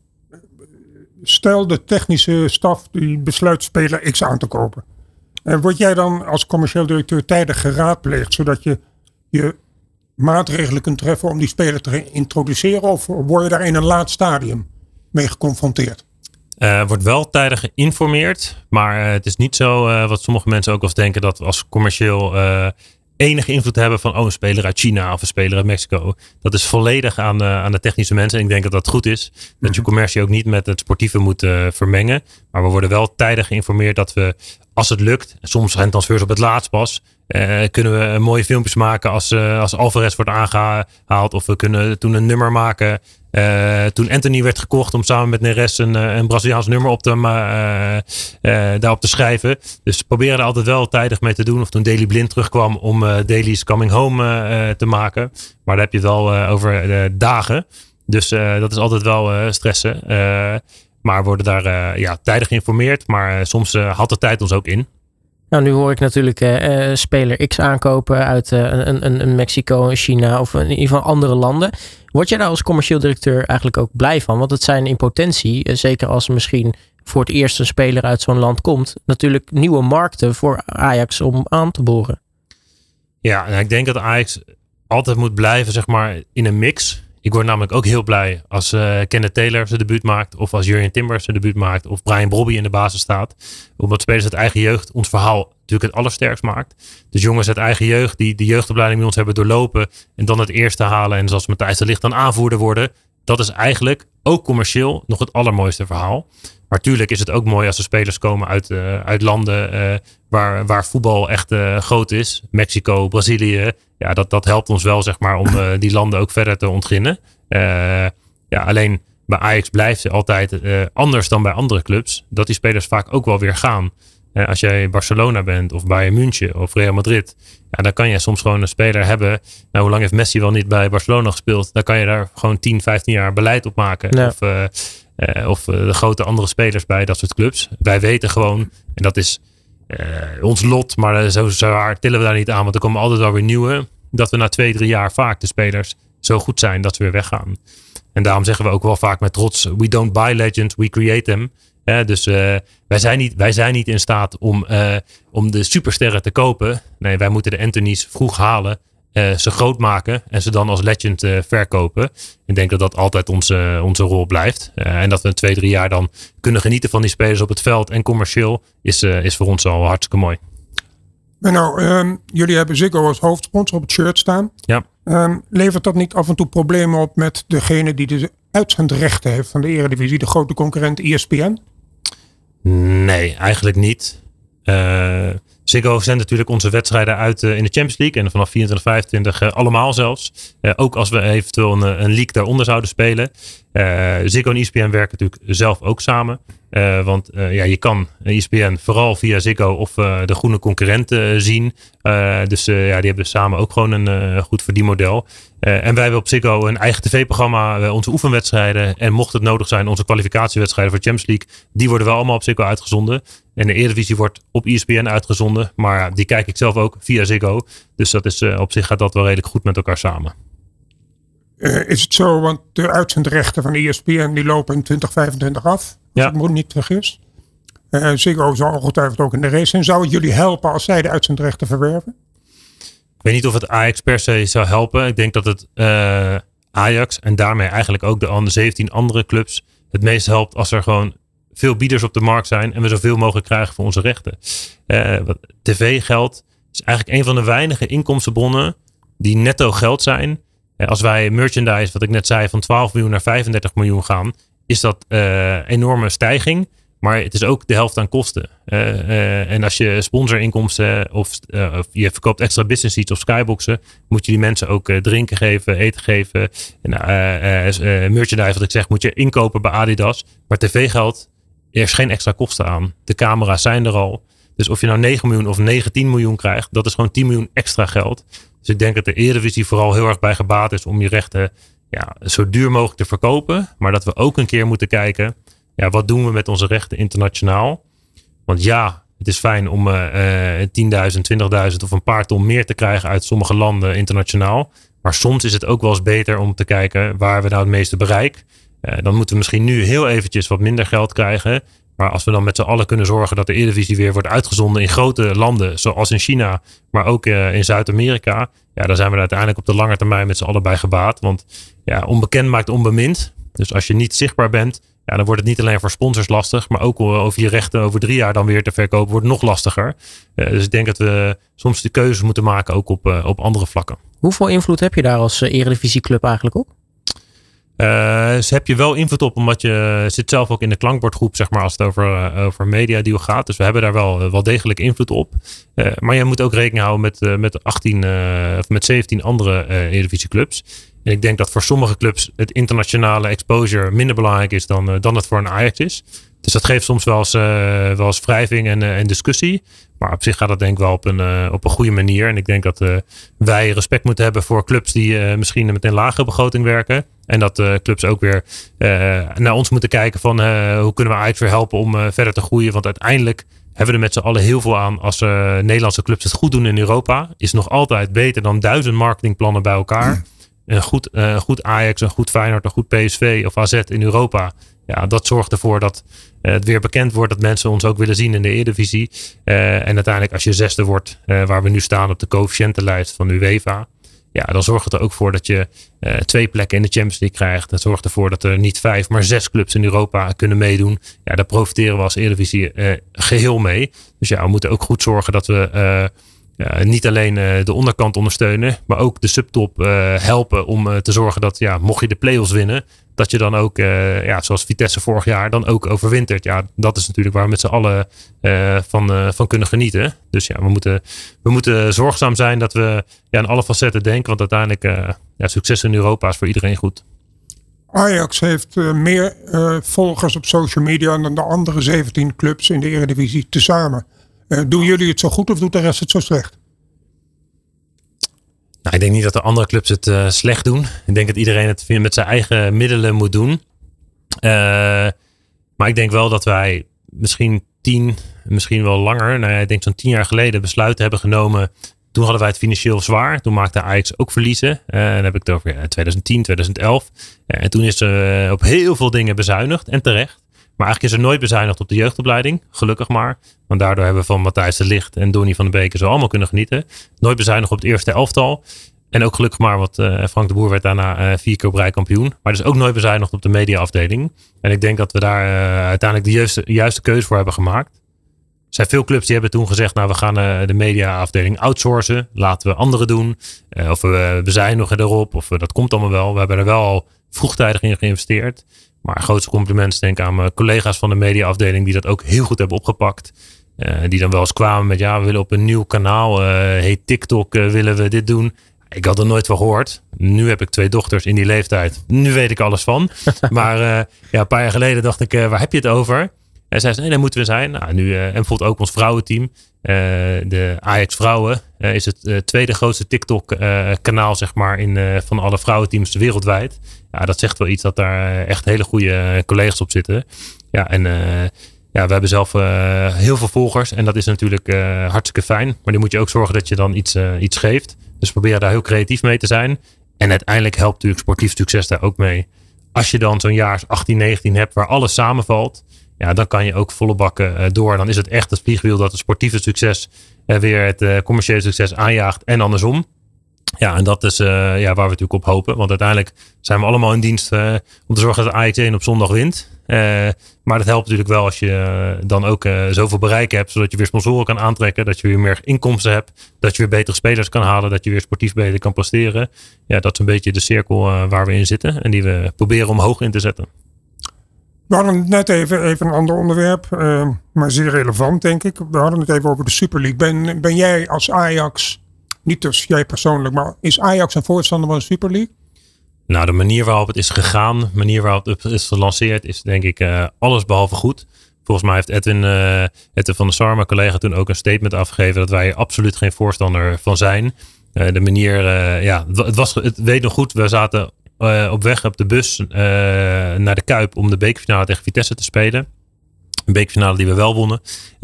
Stel de technische staf die besluit speler X aan te kopen. Word jij dan als commercieel directeur tijdig geraadpleegd, zodat je maatregelen kunt treffen om die speler te introduceren? Of word je daar in een laat stadium mee geconfronteerd? Wordt wel tijdig geïnformeerd. Maar het is niet zo wat sommige mensen ook wel eens denken, dat we als commercieel enige invloed hebben van een speler uit China of een speler uit Mexico. Dat is volledig aan de technische mensen. En ik denk dat dat goed is. Dat je commercie ook niet met het sportieve moet vermengen. Maar we worden wel tijdig geïnformeerd dat we, als het lukt, soms zijn transfers op het laatst pas, kunnen we mooie filmpjes maken als Alvarez wordt aangehaald. Of we kunnen toen een nummer maken. Toen Anthony werd gekocht om samen met Neres een Braziliaans nummer daarop te schrijven. Dus proberen er altijd wel tijdig mee te doen. Of toen Daley Blind terugkwam om Daley's Coming Home te maken. Maar daar heb je het wel over dagen. Dus dat is altijd wel stressen. Maar we worden daar tijdig geïnformeerd. Maar soms had de tijd ons ook in. Nou, nu hoor ik natuurlijk speler X aankopen uit een Mexico, China of in ieder geval andere landen. Word jij daar als commercieel directeur eigenlijk ook blij van? Want het zijn in potentie, zeker als misschien voor het eerst een speler uit zo'n land komt, natuurlijk nieuwe markten voor Ajax om aan te boren. Ja, nou, ik denk dat Ajax altijd moet blijven in een mix. Ik word namelijk ook heel blij als Kenneth Taylor zijn debuut maakt. Of als Jurjen Timber zijn debuut maakt. Of Brian Brobby in de basis staat. Omdat spelers uit eigen jeugd ons verhaal natuurlijk het allersterkst maakt. Dus jongens uit eigen jeugd die de jeugdopleiding bij ons hebben doorlopen. En dan het eerste halen. En zoals Matthijs de Ligt dan aanvoerder worden. Dat is eigenlijk ook commercieel nog het allermooiste verhaal. Maar tuurlijk is het ook mooi als er spelers komen uit landen waar voetbal echt groot is. Mexico, Brazilië. Ja, dat helpt ons wel om die landen ook verder te ontginnen. Alleen bij Ajax blijft ze altijd anders dan bij andere clubs. Dat die spelers vaak ook wel weer gaan. Als jij Barcelona bent of Bayern München of Real Madrid. Ja, dan kan je soms gewoon een speler hebben. Nou, hoe lang heeft Messi wel niet bij Barcelona gespeeld? Dan kan je daar gewoon 10, 15 jaar beleid op maken. Ja. Of de grote andere spelers bij dat soort clubs. Wij weten gewoon, en dat is ons lot, maar zo hard tillen we daar niet aan. Want er komen altijd wel weer nieuwe. Dat we na 2-3 jaar vaak de spelers zo goed zijn dat ze weer weggaan. En daarom zeggen we ook wel vaak met trots, we don't buy legends, we create them. Dus wij zijn niet in staat om de supersterren te kopen. Nee, wij moeten de Anthony's vroeg halen, ze groot maken en ze dan als legend verkopen. Ik denk dat dat altijd onze rol blijft. En dat we 2-3 jaar dan kunnen genieten van die spelers op het veld en commercieel is voor ons al hartstikke mooi. Jullie hebben Ziggo als hoofdsponsor op het shirt staan. Ja. Levert dat niet af en toe problemen op met degene die de uitzendrechten heeft van de Eredivisie, de grote concurrent ESPN? Nee, eigenlijk niet. Ziggo zendt natuurlijk onze wedstrijden uit in de Champions League. En vanaf 24, 25 allemaal zelfs. Ook als we eventueel een league daaronder zouden spelen. Ziggo en ESPN werken natuurlijk zelf ook samen. Want je kan ESPN vooral via Ziggo of de groene concurrenten zien. Dus die hebben samen ook gewoon een goed verdienmodel. En wij hebben op Ziggo een eigen tv-programma, onze oefenwedstrijden. En mocht het nodig zijn, onze kwalificatiewedstrijden voor Champions League. Die worden wel allemaal op Ziggo uitgezonden. En de Eredivisie wordt op ESPN uitgezonden. Maar die kijk ik zelf ook via Ziggo. Dus dat is, op zich gaat dat wel redelijk goed met elkaar samen. Is het zo, want de uitzendrechten van ESPN die lopen in 2025 af. Als ik me niet vergis. Ziggo zal ongetwijfeld ook in de race zijn. Zou het jullie helpen als zij de uitzendrechten verwerven? Ik weet niet of het Ajax per se zou helpen. Ik denk dat het Ajax en daarmee eigenlijk ook de 17 andere clubs het meest helpt als er gewoon veel bieders op de markt zijn en we zoveel mogelijk krijgen voor onze rechten. TV-geld is eigenlijk een van de weinige inkomstenbronnen die netto geld zijn. Als wij merchandise, wat ik net zei, van 12 miljoen naar 35 miljoen gaan, is dat enorme stijging. Maar het is ook de helft aan kosten. En als je sponsorinkomsten of je verkoopt extra business seats of skyboxen, moet je die mensen ook drinken geven, eten geven. En merchandise, wat ik zeg, moet je inkopen bij Adidas. Maar tv-geld, er is geen extra kosten aan. De camera's zijn er al. Dus of je nou 9 miljoen of 19 miljoen krijgt, dat is gewoon 10 miljoen extra geld. Dus ik denk dat de Eredivisie vooral heel erg bij gebaat is om je rechten zo duur mogelijk te verkopen. Maar dat we ook een keer moeten kijken, wat doen we met onze rechten internationaal? Want het is fijn om 10.000, 20.000 of een paar ton meer te krijgen uit sommige landen internationaal. Maar soms is het ook wel eens beter om te kijken waar we nou het meeste bereik. Dan moeten we misschien nu heel eventjes wat minder geld krijgen. Maar als we dan met z'n allen kunnen zorgen dat de Eredivisie weer wordt uitgezonden in grote landen, zoals in China, maar ook in Zuid-Amerika. Dan zijn we er uiteindelijk op de lange termijn met z'n allen bij gebaat. Want onbekend maakt onbemind. Dus als je niet zichtbaar bent, dan wordt het niet alleen voor sponsors lastig, maar ook over je rechten over 3 jaar dan weer te verkopen wordt nog lastiger. Dus ik denk dat we soms de keuzes moeten maken ook op andere vlakken. Hoeveel invloed heb je daar als Eredivisieclub eigenlijk op? Dus heb je wel invloed op, omdat je zit zelf ook in de klankbordgroep, zeg maar, als het over media deal gaat. Dus we hebben daar wel degelijk invloed op. Maar je moet ook rekening houden met 18 of met 17 andere Eredivisieclubs. En ik denk dat voor sommige clubs het internationale exposure minder belangrijk is dan het voor een Ajax is. Dus dat geeft soms wel eens wrijving en discussie. Maar op zich gaat dat denk ik wel op een goede manier. En ik denk dat wij respect moeten hebben voor clubs die misschien met een lagere begroting werken. En dat clubs ook weer naar ons moeten kijken van hoe kunnen we Ajax weer helpen om verder te groeien. Want uiteindelijk hebben we er met z'n allen heel veel aan als Nederlandse clubs het goed doen in Europa. Is nog altijd beter dan 1000 marketingplannen bij elkaar. Een goed Ajax, een goed Feyenoord, een goed PSV of AZ in Europa. Ja, dat zorgt ervoor dat het weer bekend wordt dat mensen ons ook willen zien in de Eredivisie. En uiteindelijk als je 6e wordt, waar we nu staan op de coëfficiëntenlijst van UEFA. Ja, dan zorgt het er ook voor dat je 2 plekken in de Champions League krijgt. Dat zorgt ervoor dat er niet 5, maar 6 clubs in Europa kunnen meedoen. Ja, daar profiteren we als Eredivisie geheel mee. Dus we moeten ook goed zorgen dat we niet alleen de onderkant ondersteunen, maar ook de subtop helpen om te zorgen dat mocht je de play-offs winnen, dat je dan ook, zoals Vitesse vorig jaar, dan ook overwintert. Ja, dat is natuurlijk waar we met z'n allen van kunnen genieten. Dus we moeten zorgzaam zijn dat we aan alle facetten denken, want uiteindelijk succes in Europa is voor iedereen goed. Ajax heeft meer volgers op social media dan de andere 17 clubs in de Eredivisie tezamen. Doen jullie het zo goed of doet de rest het zo slecht? Nou, ik denk niet dat de andere clubs het slecht doen. Ik denk dat iedereen het met zijn eigen middelen moet doen. Maar ik denk wel dat wij misschien 10, misschien wel langer, ik denk zo'n 10 jaar geleden besluiten hebben genomen Toen hadden wij het financieel zwaar. Toen maakte Ajax ook verliezen. Dan heb ik het over 2010, 2011. En toen is er op heel veel dingen bezuinigd. En terecht. Maar eigenlijk is er nooit bezuinigd op de jeugdopleiding. Gelukkig maar. Want daardoor hebben we van Matthijs de Ligt en Donny van de Beek zo allemaal kunnen genieten. Nooit bezuinigd op het eerste elftal. En ook gelukkig maar, want Frank de Boer werd daarna 4 keer op rij kampioen. Maar dus ook nooit bezuinigd op de mediaafdeling. En ik denk dat we daar uiteindelijk de juiste keuze voor hebben gemaakt. Er zijn veel clubs die hebben toen gezegd, nou we gaan de mediaafdeling outsourcen. Laten we anderen doen. Of we bezuinigen erop. Of dat komt allemaal wel. We hebben er wel al vroegtijdig in geïnvesteerd. Maar grootste complimenten denk ik aan mijn collega's van de mediaafdeling die dat ook heel goed hebben opgepakt. Die dan wel eens kwamen met we willen op een nieuw kanaal. Heet TikTok, willen we dit doen. Ik had er nooit van gehoord. Nu heb ik 2 dochters in die leeftijd. Nu weet ik alles van. Maar een paar jaar geleden dacht ik, waar heb je het over? En zei ze, nee, daar moeten we zijn. Nou, nu, en bijvoorbeeld ook ons vrouwenteam. De Ajax Vrouwen is het tweede grootste TikTok kanaal zeg maar van alle vrouwenteams wereldwijd. Ja, dat zegt wel iets dat daar echt hele goede collega's op zitten. Ja, en we hebben zelf heel veel volgers. En dat is natuurlijk hartstikke fijn. Maar dan moet je ook zorgen dat je dan iets geeft. Dus probeer daar heel creatief mee te zijn. En uiteindelijk helpt natuurlijk sportief succes daar ook mee. Als je dan zo'n jaar 18, 19 hebt waar alles samenvalt. Ja, dan kan je ook volle bakken door. Dan is het echt het vliegwiel dat het sportieve succes weer het commerciële succes aanjaagt. En andersom. Ja, en dat is waar we natuurlijk op hopen. Want uiteindelijk zijn we allemaal in dienst om te zorgen dat Ajax 1 op zondag wint. Maar dat helpt natuurlijk wel als je dan ook zoveel bereik hebt. Zodat je weer sponsoren kan aantrekken. Dat je weer meer inkomsten hebt. Dat je weer betere spelers kan halen. Dat je weer sportief beter kan presteren. Ja, dat is een beetje de cirkel waar we in zitten. En die we proberen omhoog in te zetten. We hadden het net even een ander onderwerp. Maar zeer relevant denk ik. We hadden het even over de Super League. Ben jij als Ajax, niet dus jij persoonlijk, maar is Ajax een voorstander van de Super League? Nou, de manier waarop het is gegaan, de manier waarop het is gelanceerd, is denk ik alles behalve goed. Volgens mij heeft Edwin van der Sar, mijn collega, toen ook een statement afgegeven dat wij absoluut geen voorstander van zijn. De manier, het weet nog goed, we zaten op weg op de bus naar de Kuip om de bekerfinale tegen Vitesse te spelen. Een bekerfinale die we wel wonnen.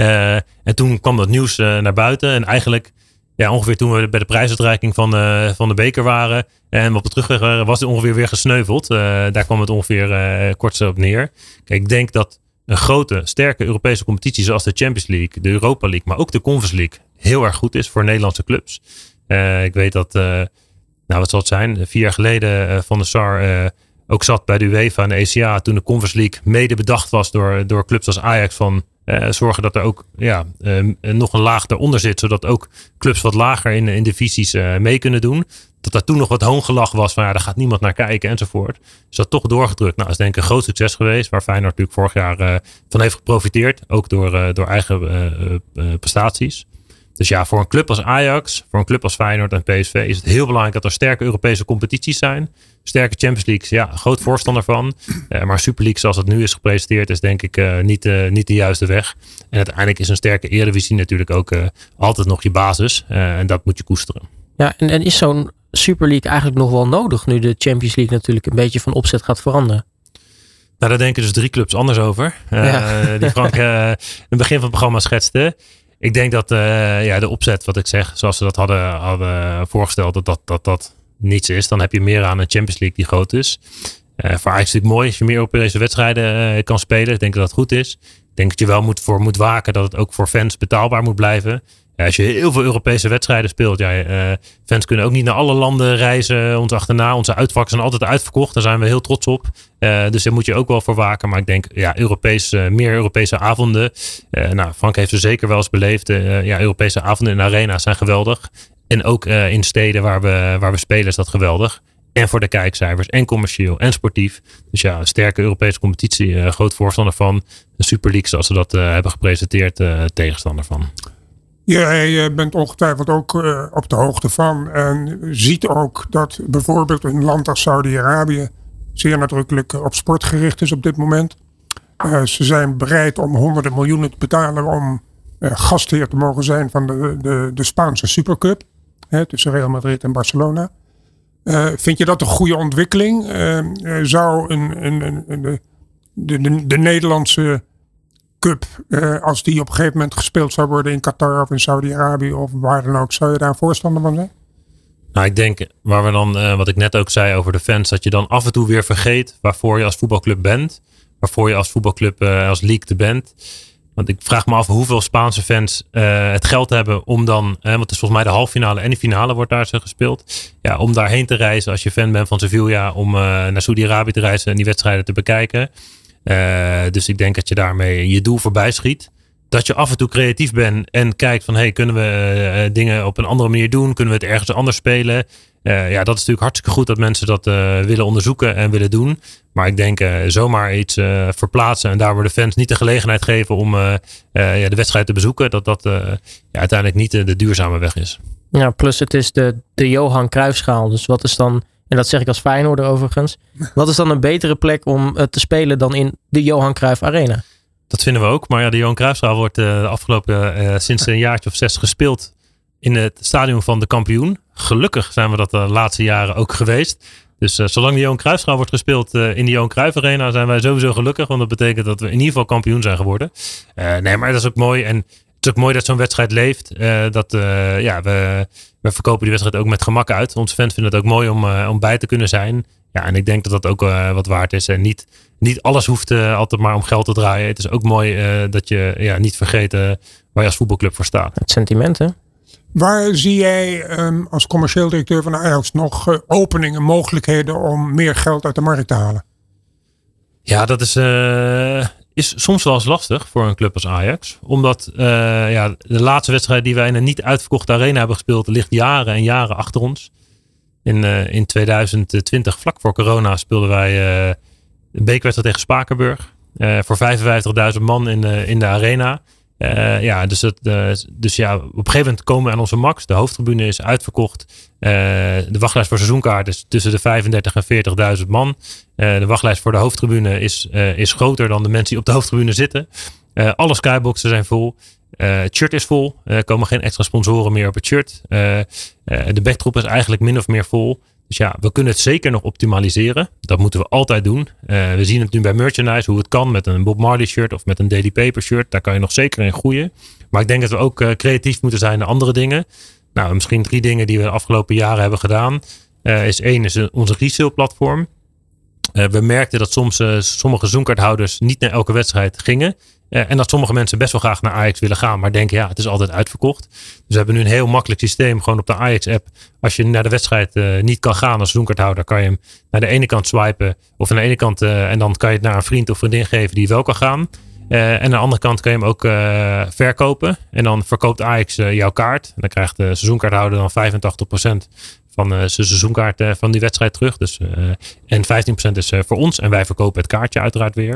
En toen kwam dat nieuws naar buiten en eigenlijk... Ja, ongeveer toen we bij de prijsuitreiking van de beker waren en we op de terugweg waren, was het ongeveer weer gesneuveld. Daar kwam het ongeveer kort op neer. Kijk, ik denk dat een grote, sterke Europese competitie zoals de Champions League, de Europa League, maar ook de Conference League heel erg goed is voor Nederlandse clubs. Ik weet dat, wat zal het zijn, 4 jaar geleden Van der Sar ook zat bij de UEFA en de ECA toen de Conference League mede bedacht was door clubs als Ajax van... zorgen dat er ook nog een laag daaronder zit. Zodat ook clubs wat lager in divisies mee kunnen doen. Dat daar toen nog wat hoongelach was van daar gaat niemand naar kijken enzovoort. Dus dat toch doorgedrukt. Nou, dat is denk ik een groot succes geweest. Waar Feyenoord natuurlijk vorig jaar van heeft geprofiteerd. Ook door eigen prestaties. Dus ja, voor een club als Ajax, voor een club als Feyenoord en PSV is het heel belangrijk dat er sterke Europese competities zijn. Sterke Champions League, ja, groot voorstander van. Maar Super League zoals het nu is gepresenteerd is denk ik niet de juiste weg. En uiteindelijk is een sterke Eredivisie natuurlijk ook altijd nog je basis. En dat moet je koesteren. Ja, en is zo'n Super League eigenlijk nog wel nodig nu de Champions League natuurlijk een beetje van opzet gaat veranderen? Nou, daar denken dus 3 clubs anders over. Die Frank in het begin van het programma schetste. Ik denk dat de opzet, wat ik zeg, zoals ze dat hadden voorgesteld, dat niets is. Dan heb je meer aan een Champions League die groot is. Voor Ajax is het natuurlijk mooi als je meer Europese wedstrijden kan spelen. Ik denk dat dat goed is. Ik denk dat je wel moet waken dat het ook voor fans betaalbaar moet blijven. Als je heel veel Europese wedstrijden speelt, fans kunnen ook niet naar alle landen reizen, ons achterna. Onze uitvakken zijn altijd uitverkocht, daar zijn we heel trots op. Dus daar moet je ook wel voor waken. Maar ik denk, meer Europese avonden. Frank heeft er zeker wel eens beleefd. Europese avonden in de arena zijn geweldig. En ook in steden waar we spelen is dat geweldig. En voor de kijkcijfers, en commercieel, en sportief. Dus ja, een sterke Europese competitie, groot voorstander van. De Super League, zoals ze dat hebben gepresenteerd, tegenstander van. Jij bent ongetwijfeld ook op de hoogte van en ziet ook dat bijvoorbeeld een land als Saudi-Arabië zeer nadrukkelijk op sport gericht is op dit moment. Ze zijn bereid om honderden miljoenen te betalen om gastheer te mogen zijn van de Spaanse Supercup tussen Real Madrid en Barcelona. Vind je dat een goede ontwikkeling? Zou de Nederlandse Cup, als die op een gegeven moment gespeeld zou worden in Qatar of in Saudi-Arabië of waar dan ook, zou je daar voorstander van zijn? Nou, ik denk waar we dan, wat ik net ook zei over de fans, dat je dan af en toe weer vergeet waarvoor je als voetbalclub bent. Waarvoor je als voetbalclub, als league bent. Want ik vraag me af hoeveel Spaanse fans het geld hebben om dan, want het is volgens mij de halffinale en de finale wordt daar zo gespeeld. Ja, om daarheen te reizen als je fan bent van Sevilla, om naar Saudi-Arabië te reizen en die wedstrijden te bekijken. Dus ik denk dat je daarmee je doel voorbij schiet. Dat je af en toe creatief bent en kijkt van hey, kunnen we dingen op een andere manier doen? Kunnen we het ergens anders spelen? Dat is natuurlijk hartstikke goed dat mensen dat willen onderzoeken en willen doen. Maar ik denk zomaar iets verplaatsen en daar de fans niet de gelegenheid geven om de wedstrijd te bezoeken. Dat uiteindelijk niet de duurzame weg is. Ja, plus het is de Johan Cruijffschaal. Dus wat is dan, en dat zeg ik als Feyenoorder overigens, wat is dan een betere plek om te spelen dan in de Johan Cruijff Arena? Dat vinden we ook. Maar ja, de Johan Cruijffschaal wordt de afgelopen sinds een jaartje of 6 gespeeld in het stadion van de kampioen. Gelukkig zijn we dat de laatste jaren ook geweest. Dus zolang de Johan Cruijffschaal wordt gespeeld in de Johan Cruijff Arena, zijn wij sowieso gelukkig. Want dat betekent dat we in ieder geval kampioen zijn geworden. Maar dat is ook mooi. En het is ook mooi dat zo'n wedstrijd leeft. We verkopen die wedstrijd ook met gemak uit. Onze fans vinden het ook mooi om bij te kunnen zijn. Ja, en ik denk dat dat ook wat waard is. En niet alles hoeft altijd maar om geld te draaien. Het is ook mooi dat je niet vergeet waar je als voetbalclub voor staat. Het sentiment, hè? Waar zie jij als commercieel directeur van Ajax nog openingen, mogelijkheden om meer geld uit de markt te halen? Ja, dat is soms wel eens lastig voor een club als Ajax. Omdat de laatste wedstrijd die wij in een niet uitverkochte arena hebben gespeeld, ligt jaren en jaren achter ons. In 2020, vlak voor corona, speelden wij een bekerwedstrijd tegen Spakenburg. Voor 55.000 man in de arena. Dus op een gegeven moment komen we aan onze max. De hoofdtribune is uitverkocht. De wachtlijst voor seizoenkaart is tussen de 35.000 en 40.000 man. De wachtlijst voor de hoofdtribune is groter dan de mensen die op de hoofdtribune zitten. Alle skyboxen zijn vol. Het shirt is vol. Er komen geen extra sponsoren meer op het shirt. De backdrop is eigenlijk min of meer vol. Dus ja, we kunnen het zeker nog optimaliseren. Dat moeten we altijd doen. We zien het nu bij merchandise, hoe het kan met een Bob Marley shirt of met een Daily Paper shirt. Daar kan je nog zeker in groeien. Maar ik denk dat we ook creatief moeten zijn naar andere dingen. Nou, misschien 3 dingen die we de afgelopen jaren hebben gedaan. Is onze resale platform. We merkten dat soms sommige seizoenkaarthouders niet naar elke wedstrijd gingen. En dat sommige mensen best wel graag naar Ajax willen gaan. Maar denken, het is altijd uitverkocht. Dus we hebben nu een heel makkelijk systeem. Gewoon op de Ajax-app. Als je naar de wedstrijd niet kan gaan als seizoenkaarthouder, kan je hem naar de ene kant swipen. Of aan de ene kant. En dan kan je het naar een vriend of vriendin geven die wel kan gaan. En aan de andere kant kan je hem ook verkopen. En dan verkoopt Ajax jouw kaart. En dan krijgt de seizoenkaarthouder dan 85% van zijn seizoenkaart van die wedstrijd terug. Dus, en 15% is voor ons. En wij verkopen het kaartje uiteraard weer.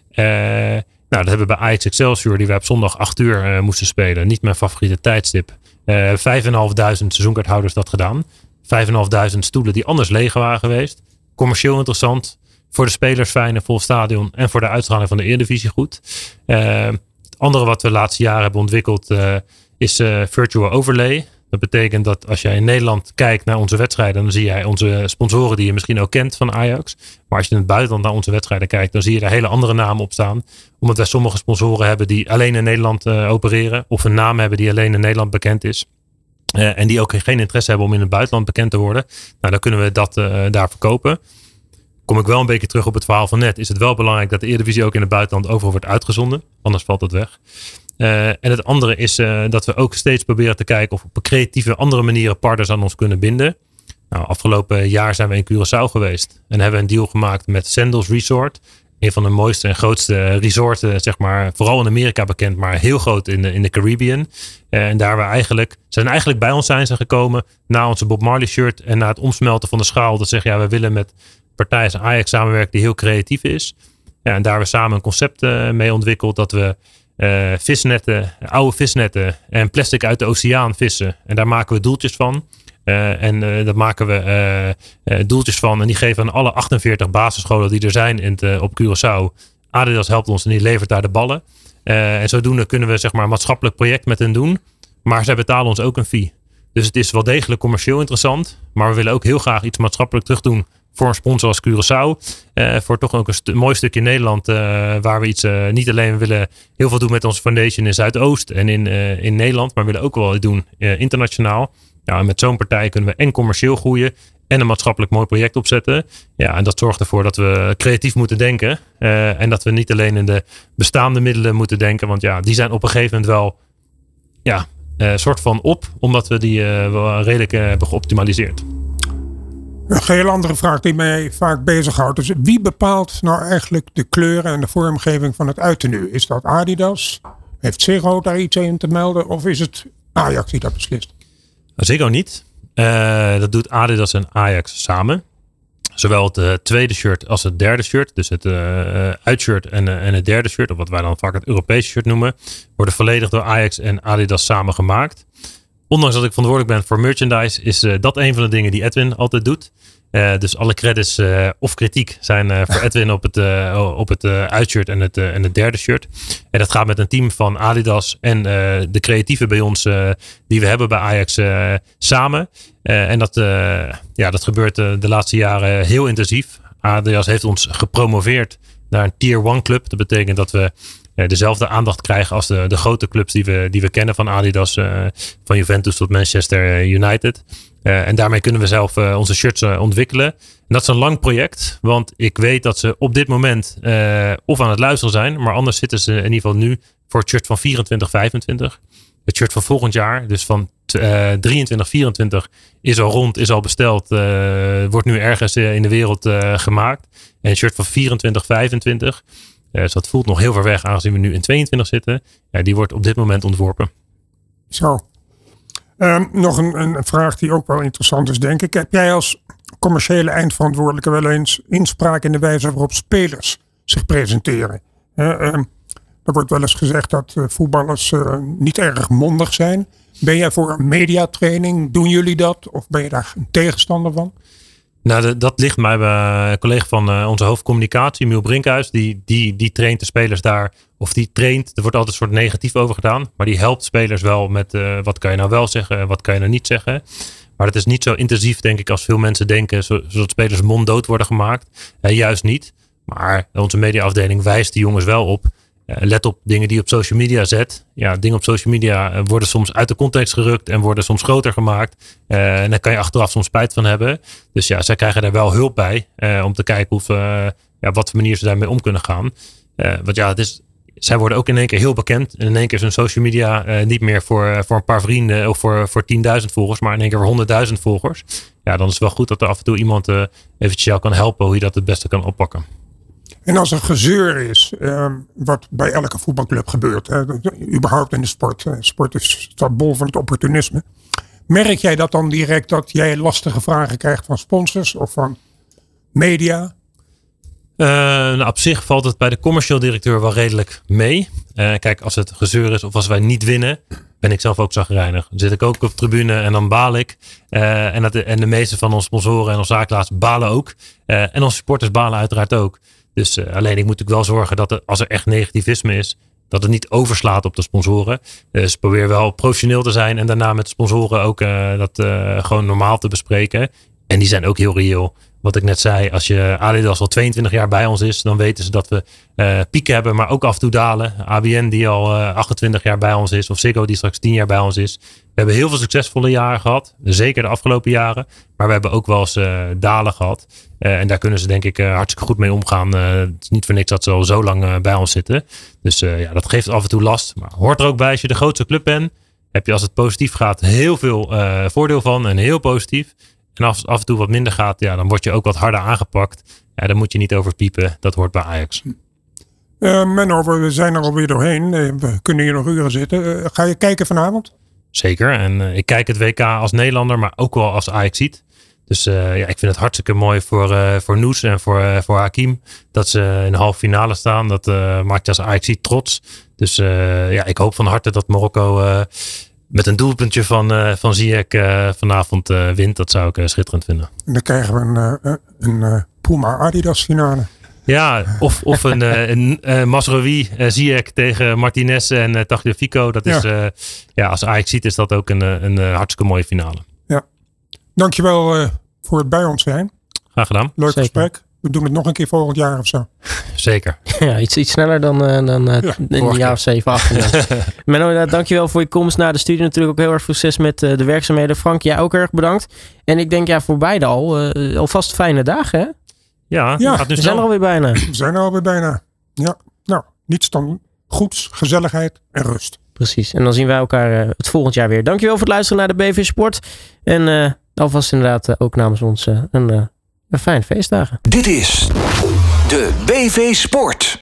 Dat hebben we bij Ajax Excelsior, die wij op zondag 8 uur moesten spelen. Niet mijn favoriete tijdstip. 5.500 seizoenkaarthouders dat gedaan. 5.500 stoelen die anders leeg waren geweest. Commercieel interessant. Voor de spelers fijn en vol stadion. En voor de uitstraling van de Eredivisie goed. Het andere wat we de laatste jaren hebben ontwikkeld is virtual overlay. Dat betekent dat als jij in Nederland kijkt naar onze wedstrijden, dan zie jij onze sponsoren die je misschien ook kent van Ajax. Maar als je in het buitenland naar onze wedstrijden kijkt, dan zie je daar hele andere namen op staan. Omdat wij sommige sponsoren hebben die alleen in Nederland opereren. Of een naam hebben die alleen in Nederland bekend is. En die ook geen interesse hebben om in het buitenland bekend te worden. Nou, dan kunnen we dat daar verkopen. Kom ik wel een beetje terug op het verhaal van net. Is het wel belangrijk dat de Eredivisie ook in het buitenland overal wordt uitgezonden. Anders valt dat weg. En het andere is dat we ook steeds proberen te kijken of we op creatieve andere manieren partners aan ons kunnen binden. Nou, afgelopen jaar zijn we in Curaçao geweest. En hebben we een deal gemaakt met Sandals Resort. Een van de mooiste en grootste resorten, zeg maar, vooral in Amerika bekend, maar heel groot in de Caribbean. En daar we eigenlijk bij ons zijn ze gekomen na onze Bob Marley shirt en na het omsmelten van de schaal. Dat zeggen, we willen met partijen als Ajax samenwerken die heel creatief is. Ja, en daar hebben we samen een concept mee ontwikkeld dat we visnetten, oude visnetten en plastic uit de oceaan vissen. En daar maken we doeltjes van. Daar maken we doeltjes van. En die geven aan alle 48 basisscholen die er zijn op Curaçao. Adidas helpt ons en die levert daar de ballen. En zodoende kunnen we zeg maar een maatschappelijk project met hen doen. Maar zij betalen ons ook een fee. Dus het is wel degelijk commercieel interessant. Maar we willen ook heel graag iets maatschappelijk terug doen voor een sponsor als Curaçao. Voor toch ook een mooi stukje Nederland. Waar we iets niet alleen willen heel veel doen met onze foundation in Zuidoost en in Nederland. Maar willen ook wel doen internationaal. Ja, en met zo'n partij kunnen we en commercieel groeien. En een maatschappelijk mooi project opzetten. Ja, en dat zorgt ervoor dat we creatief moeten denken. En dat we niet alleen in de bestaande middelen moeten denken. Want ja, die zijn op een gegeven moment wel soort van op. Omdat we die wel redelijk hebben geoptimaliseerd. Een heel andere vraag die mij vaak bezighoudt. Dus wie bepaalt nou eigenlijk de kleuren en de vormgeving van het uiternu? Is dat Adidas? Heeft Ziggo daar iets in te melden? Of is het Ajax die dat beslist? Ziggo niet. Dat doet Adidas en Ajax samen. Zowel het tweede shirt als het derde shirt. Dus het uitshirt en het derde shirt. Of wat wij dan vaak het Europese shirt noemen. Worden volledig door Ajax en Adidas samen gemaakt. Ondanks dat ik verantwoordelijk ben voor merchandise. Is dat een van de dingen die Edwin altijd doet. Dus alle credits of kritiek zijn voor Edwin op het uitshirt en het derde shirt. En dat gaat met een team van Adidas en de creatieven bij ons die we hebben bij Ajax samen. En dat gebeurt de laatste jaren heel intensief. Adidas heeft ons gepromoveerd naar een Tier 1 club. Dat betekent dat we dezelfde aandacht krijgen als de grote clubs die we kennen van Adidas. Van Juventus tot Manchester United. En daarmee kunnen we zelf onze shirts ontwikkelen. En dat is een lang project. Want ik weet dat ze op dit moment of aan het luisteren zijn. Maar anders zitten ze in ieder geval nu voor het shirt van 24-25. Het shirt van volgend jaar. Dus van 23-24 is al rond, is al besteld. Wordt nu ergens in de wereld gemaakt. En het shirt van 24-25. Dus dat voelt nog heel ver weg aangezien we nu in 22 zitten. Ja, die wordt op dit moment ontworpen. Zo. Nog een vraag die ook wel interessant is, denk ik. Heb jij als commerciële eindverantwoordelijke wel eens inspraak in de wijze waarop spelers zich presenteren? Er wordt wel eens gezegd dat voetballers niet erg mondig zijn. Ben jij voor een mediatraining? Doen jullie dat? Of ben je daar een tegenstander van? Nou, dat ligt mij bij een collega van onze hoofdcommunicatie, Miel Brinkhuis. Die traint de spelers daar. Of die traint, er wordt altijd een soort negatief over gedaan. Maar die helpt spelers wel met wat kan je nou wel zeggen en wat kan je nou niet zeggen. Maar het is niet zo intensief, denk ik, als veel mensen denken. Zodat spelers monddood worden gemaakt. Juist niet. Maar onze mediaafdeling wijst die jongens wel op. Let op dingen die je op social media zet. Ja, dingen op social media worden soms uit de context gerukt en worden soms groter gemaakt. En daar kan je achteraf soms spijt van hebben. Dus ja, zij krijgen daar wel hulp bij. Om te kijken wat voor manier ze daarmee om kunnen gaan. Want ja, zij worden ook in één keer heel bekend. En in één keer is hun social media niet meer voor een paar vrienden of voor 10.000 volgers. Maar in één keer voor 100.000 volgers. Ja, dan is het wel goed dat er af en toe iemand eventjes jou kan helpen hoe je dat het beste kan oppakken. En als er gezeur is, wat bij elke voetbalclub gebeurt, überhaupt in de sport. Sport staat bol van het opportunisme. Merk jij dat dan direct dat jij lastige vragen krijgt van sponsors of van media? Op zich valt het bij de commercieel directeur wel redelijk mee. Kijk, als het gezeur is of als wij niet winnen, ben ik zelf ook chagrijnig. Dan zit ik ook op de tribune en dan baal ik. En de meeste van onze sponsoren en onze zakelaars balen ook. En onze supporters balen uiteraard ook. Dus alleen ik moet natuurlijk wel zorgen dat als er echt negativisme is, dat het niet overslaat op de sponsoren. Dus probeer wel professioneel te zijn en daarna met de sponsoren ook dat gewoon normaal te bespreken. En die zijn ook heel reëel. Wat ik net zei, als je Adidas al 22 jaar bij ons is, dan weten ze dat we pieken hebben, maar ook af en toe dalen. ABN die al 28 jaar bij ons is, of Ziggo die straks 10 jaar bij ons is. We hebben heel veel succesvolle jaren gehad, zeker de afgelopen jaren. Maar we hebben ook wel eens dalen gehad. En daar kunnen ze denk ik hartstikke goed mee omgaan. Het is niet voor niks dat ze al zo lang bij ons zitten. Dus dat geeft af en toe last. Maar hoort er ook bij, als je de grootste club bent, heb je als het positief gaat heel veel voordeel van en heel positief. En als het af en toe wat minder gaat, ja, dan word je ook wat harder aangepakt. Ja, daar moet je niet over piepen. Dat hoort bij Ajax. Menno, we zijn er alweer doorheen. We kunnen hier nog uren zitten. Ga je kijken vanavond? Zeker. En ik kijk het WK als Nederlander, maar ook wel als Ajaxiet. Dus ik vind het hartstikke mooi voor Noes en voor Hakim. Dat ze in de halve finale staan. Dat maakt je als Ajaxiet trots. Dus ik hoop van harte dat Marokko met een doelpuntje van Ziyech vanavond wint. Dat zou ik schitterend vinden. En dan krijgen we een Puma Adidas finale. Ja, of een Mazraoui Ziyech tegen Martinez en Tagliafico. Dat is, als Ajax ziet, is dat ook een hartstikke mooie finale. Ja, dankjewel voor het bij ons zijn. Graag gedaan. Leuk Zeker. gesprek. We doen het nog een keer volgend jaar of zo. Zeker. Ja, iets sneller dan een jaar of 7, 8. Menno, dankjewel voor je komst naar de studio. Natuurlijk ook heel erg succes met de werkzaamheden. Frank, jij ook erg bedankt. En ik denk voor beide alvast fijne dagen, hè? Ja, Ja. gaat nu We zijn er snel. alweer bijna. We zijn er alweer bijna. Ja, nou, niets dan goeds, gezelligheid en rust. Precies. En dan zien wij elkaar het volgend jaar weer. Dankjewel voor het luisteren naar de BV Sport. En alvast inderdaad ook namens ons een fijne feestdagen. Dit is de BV Sport.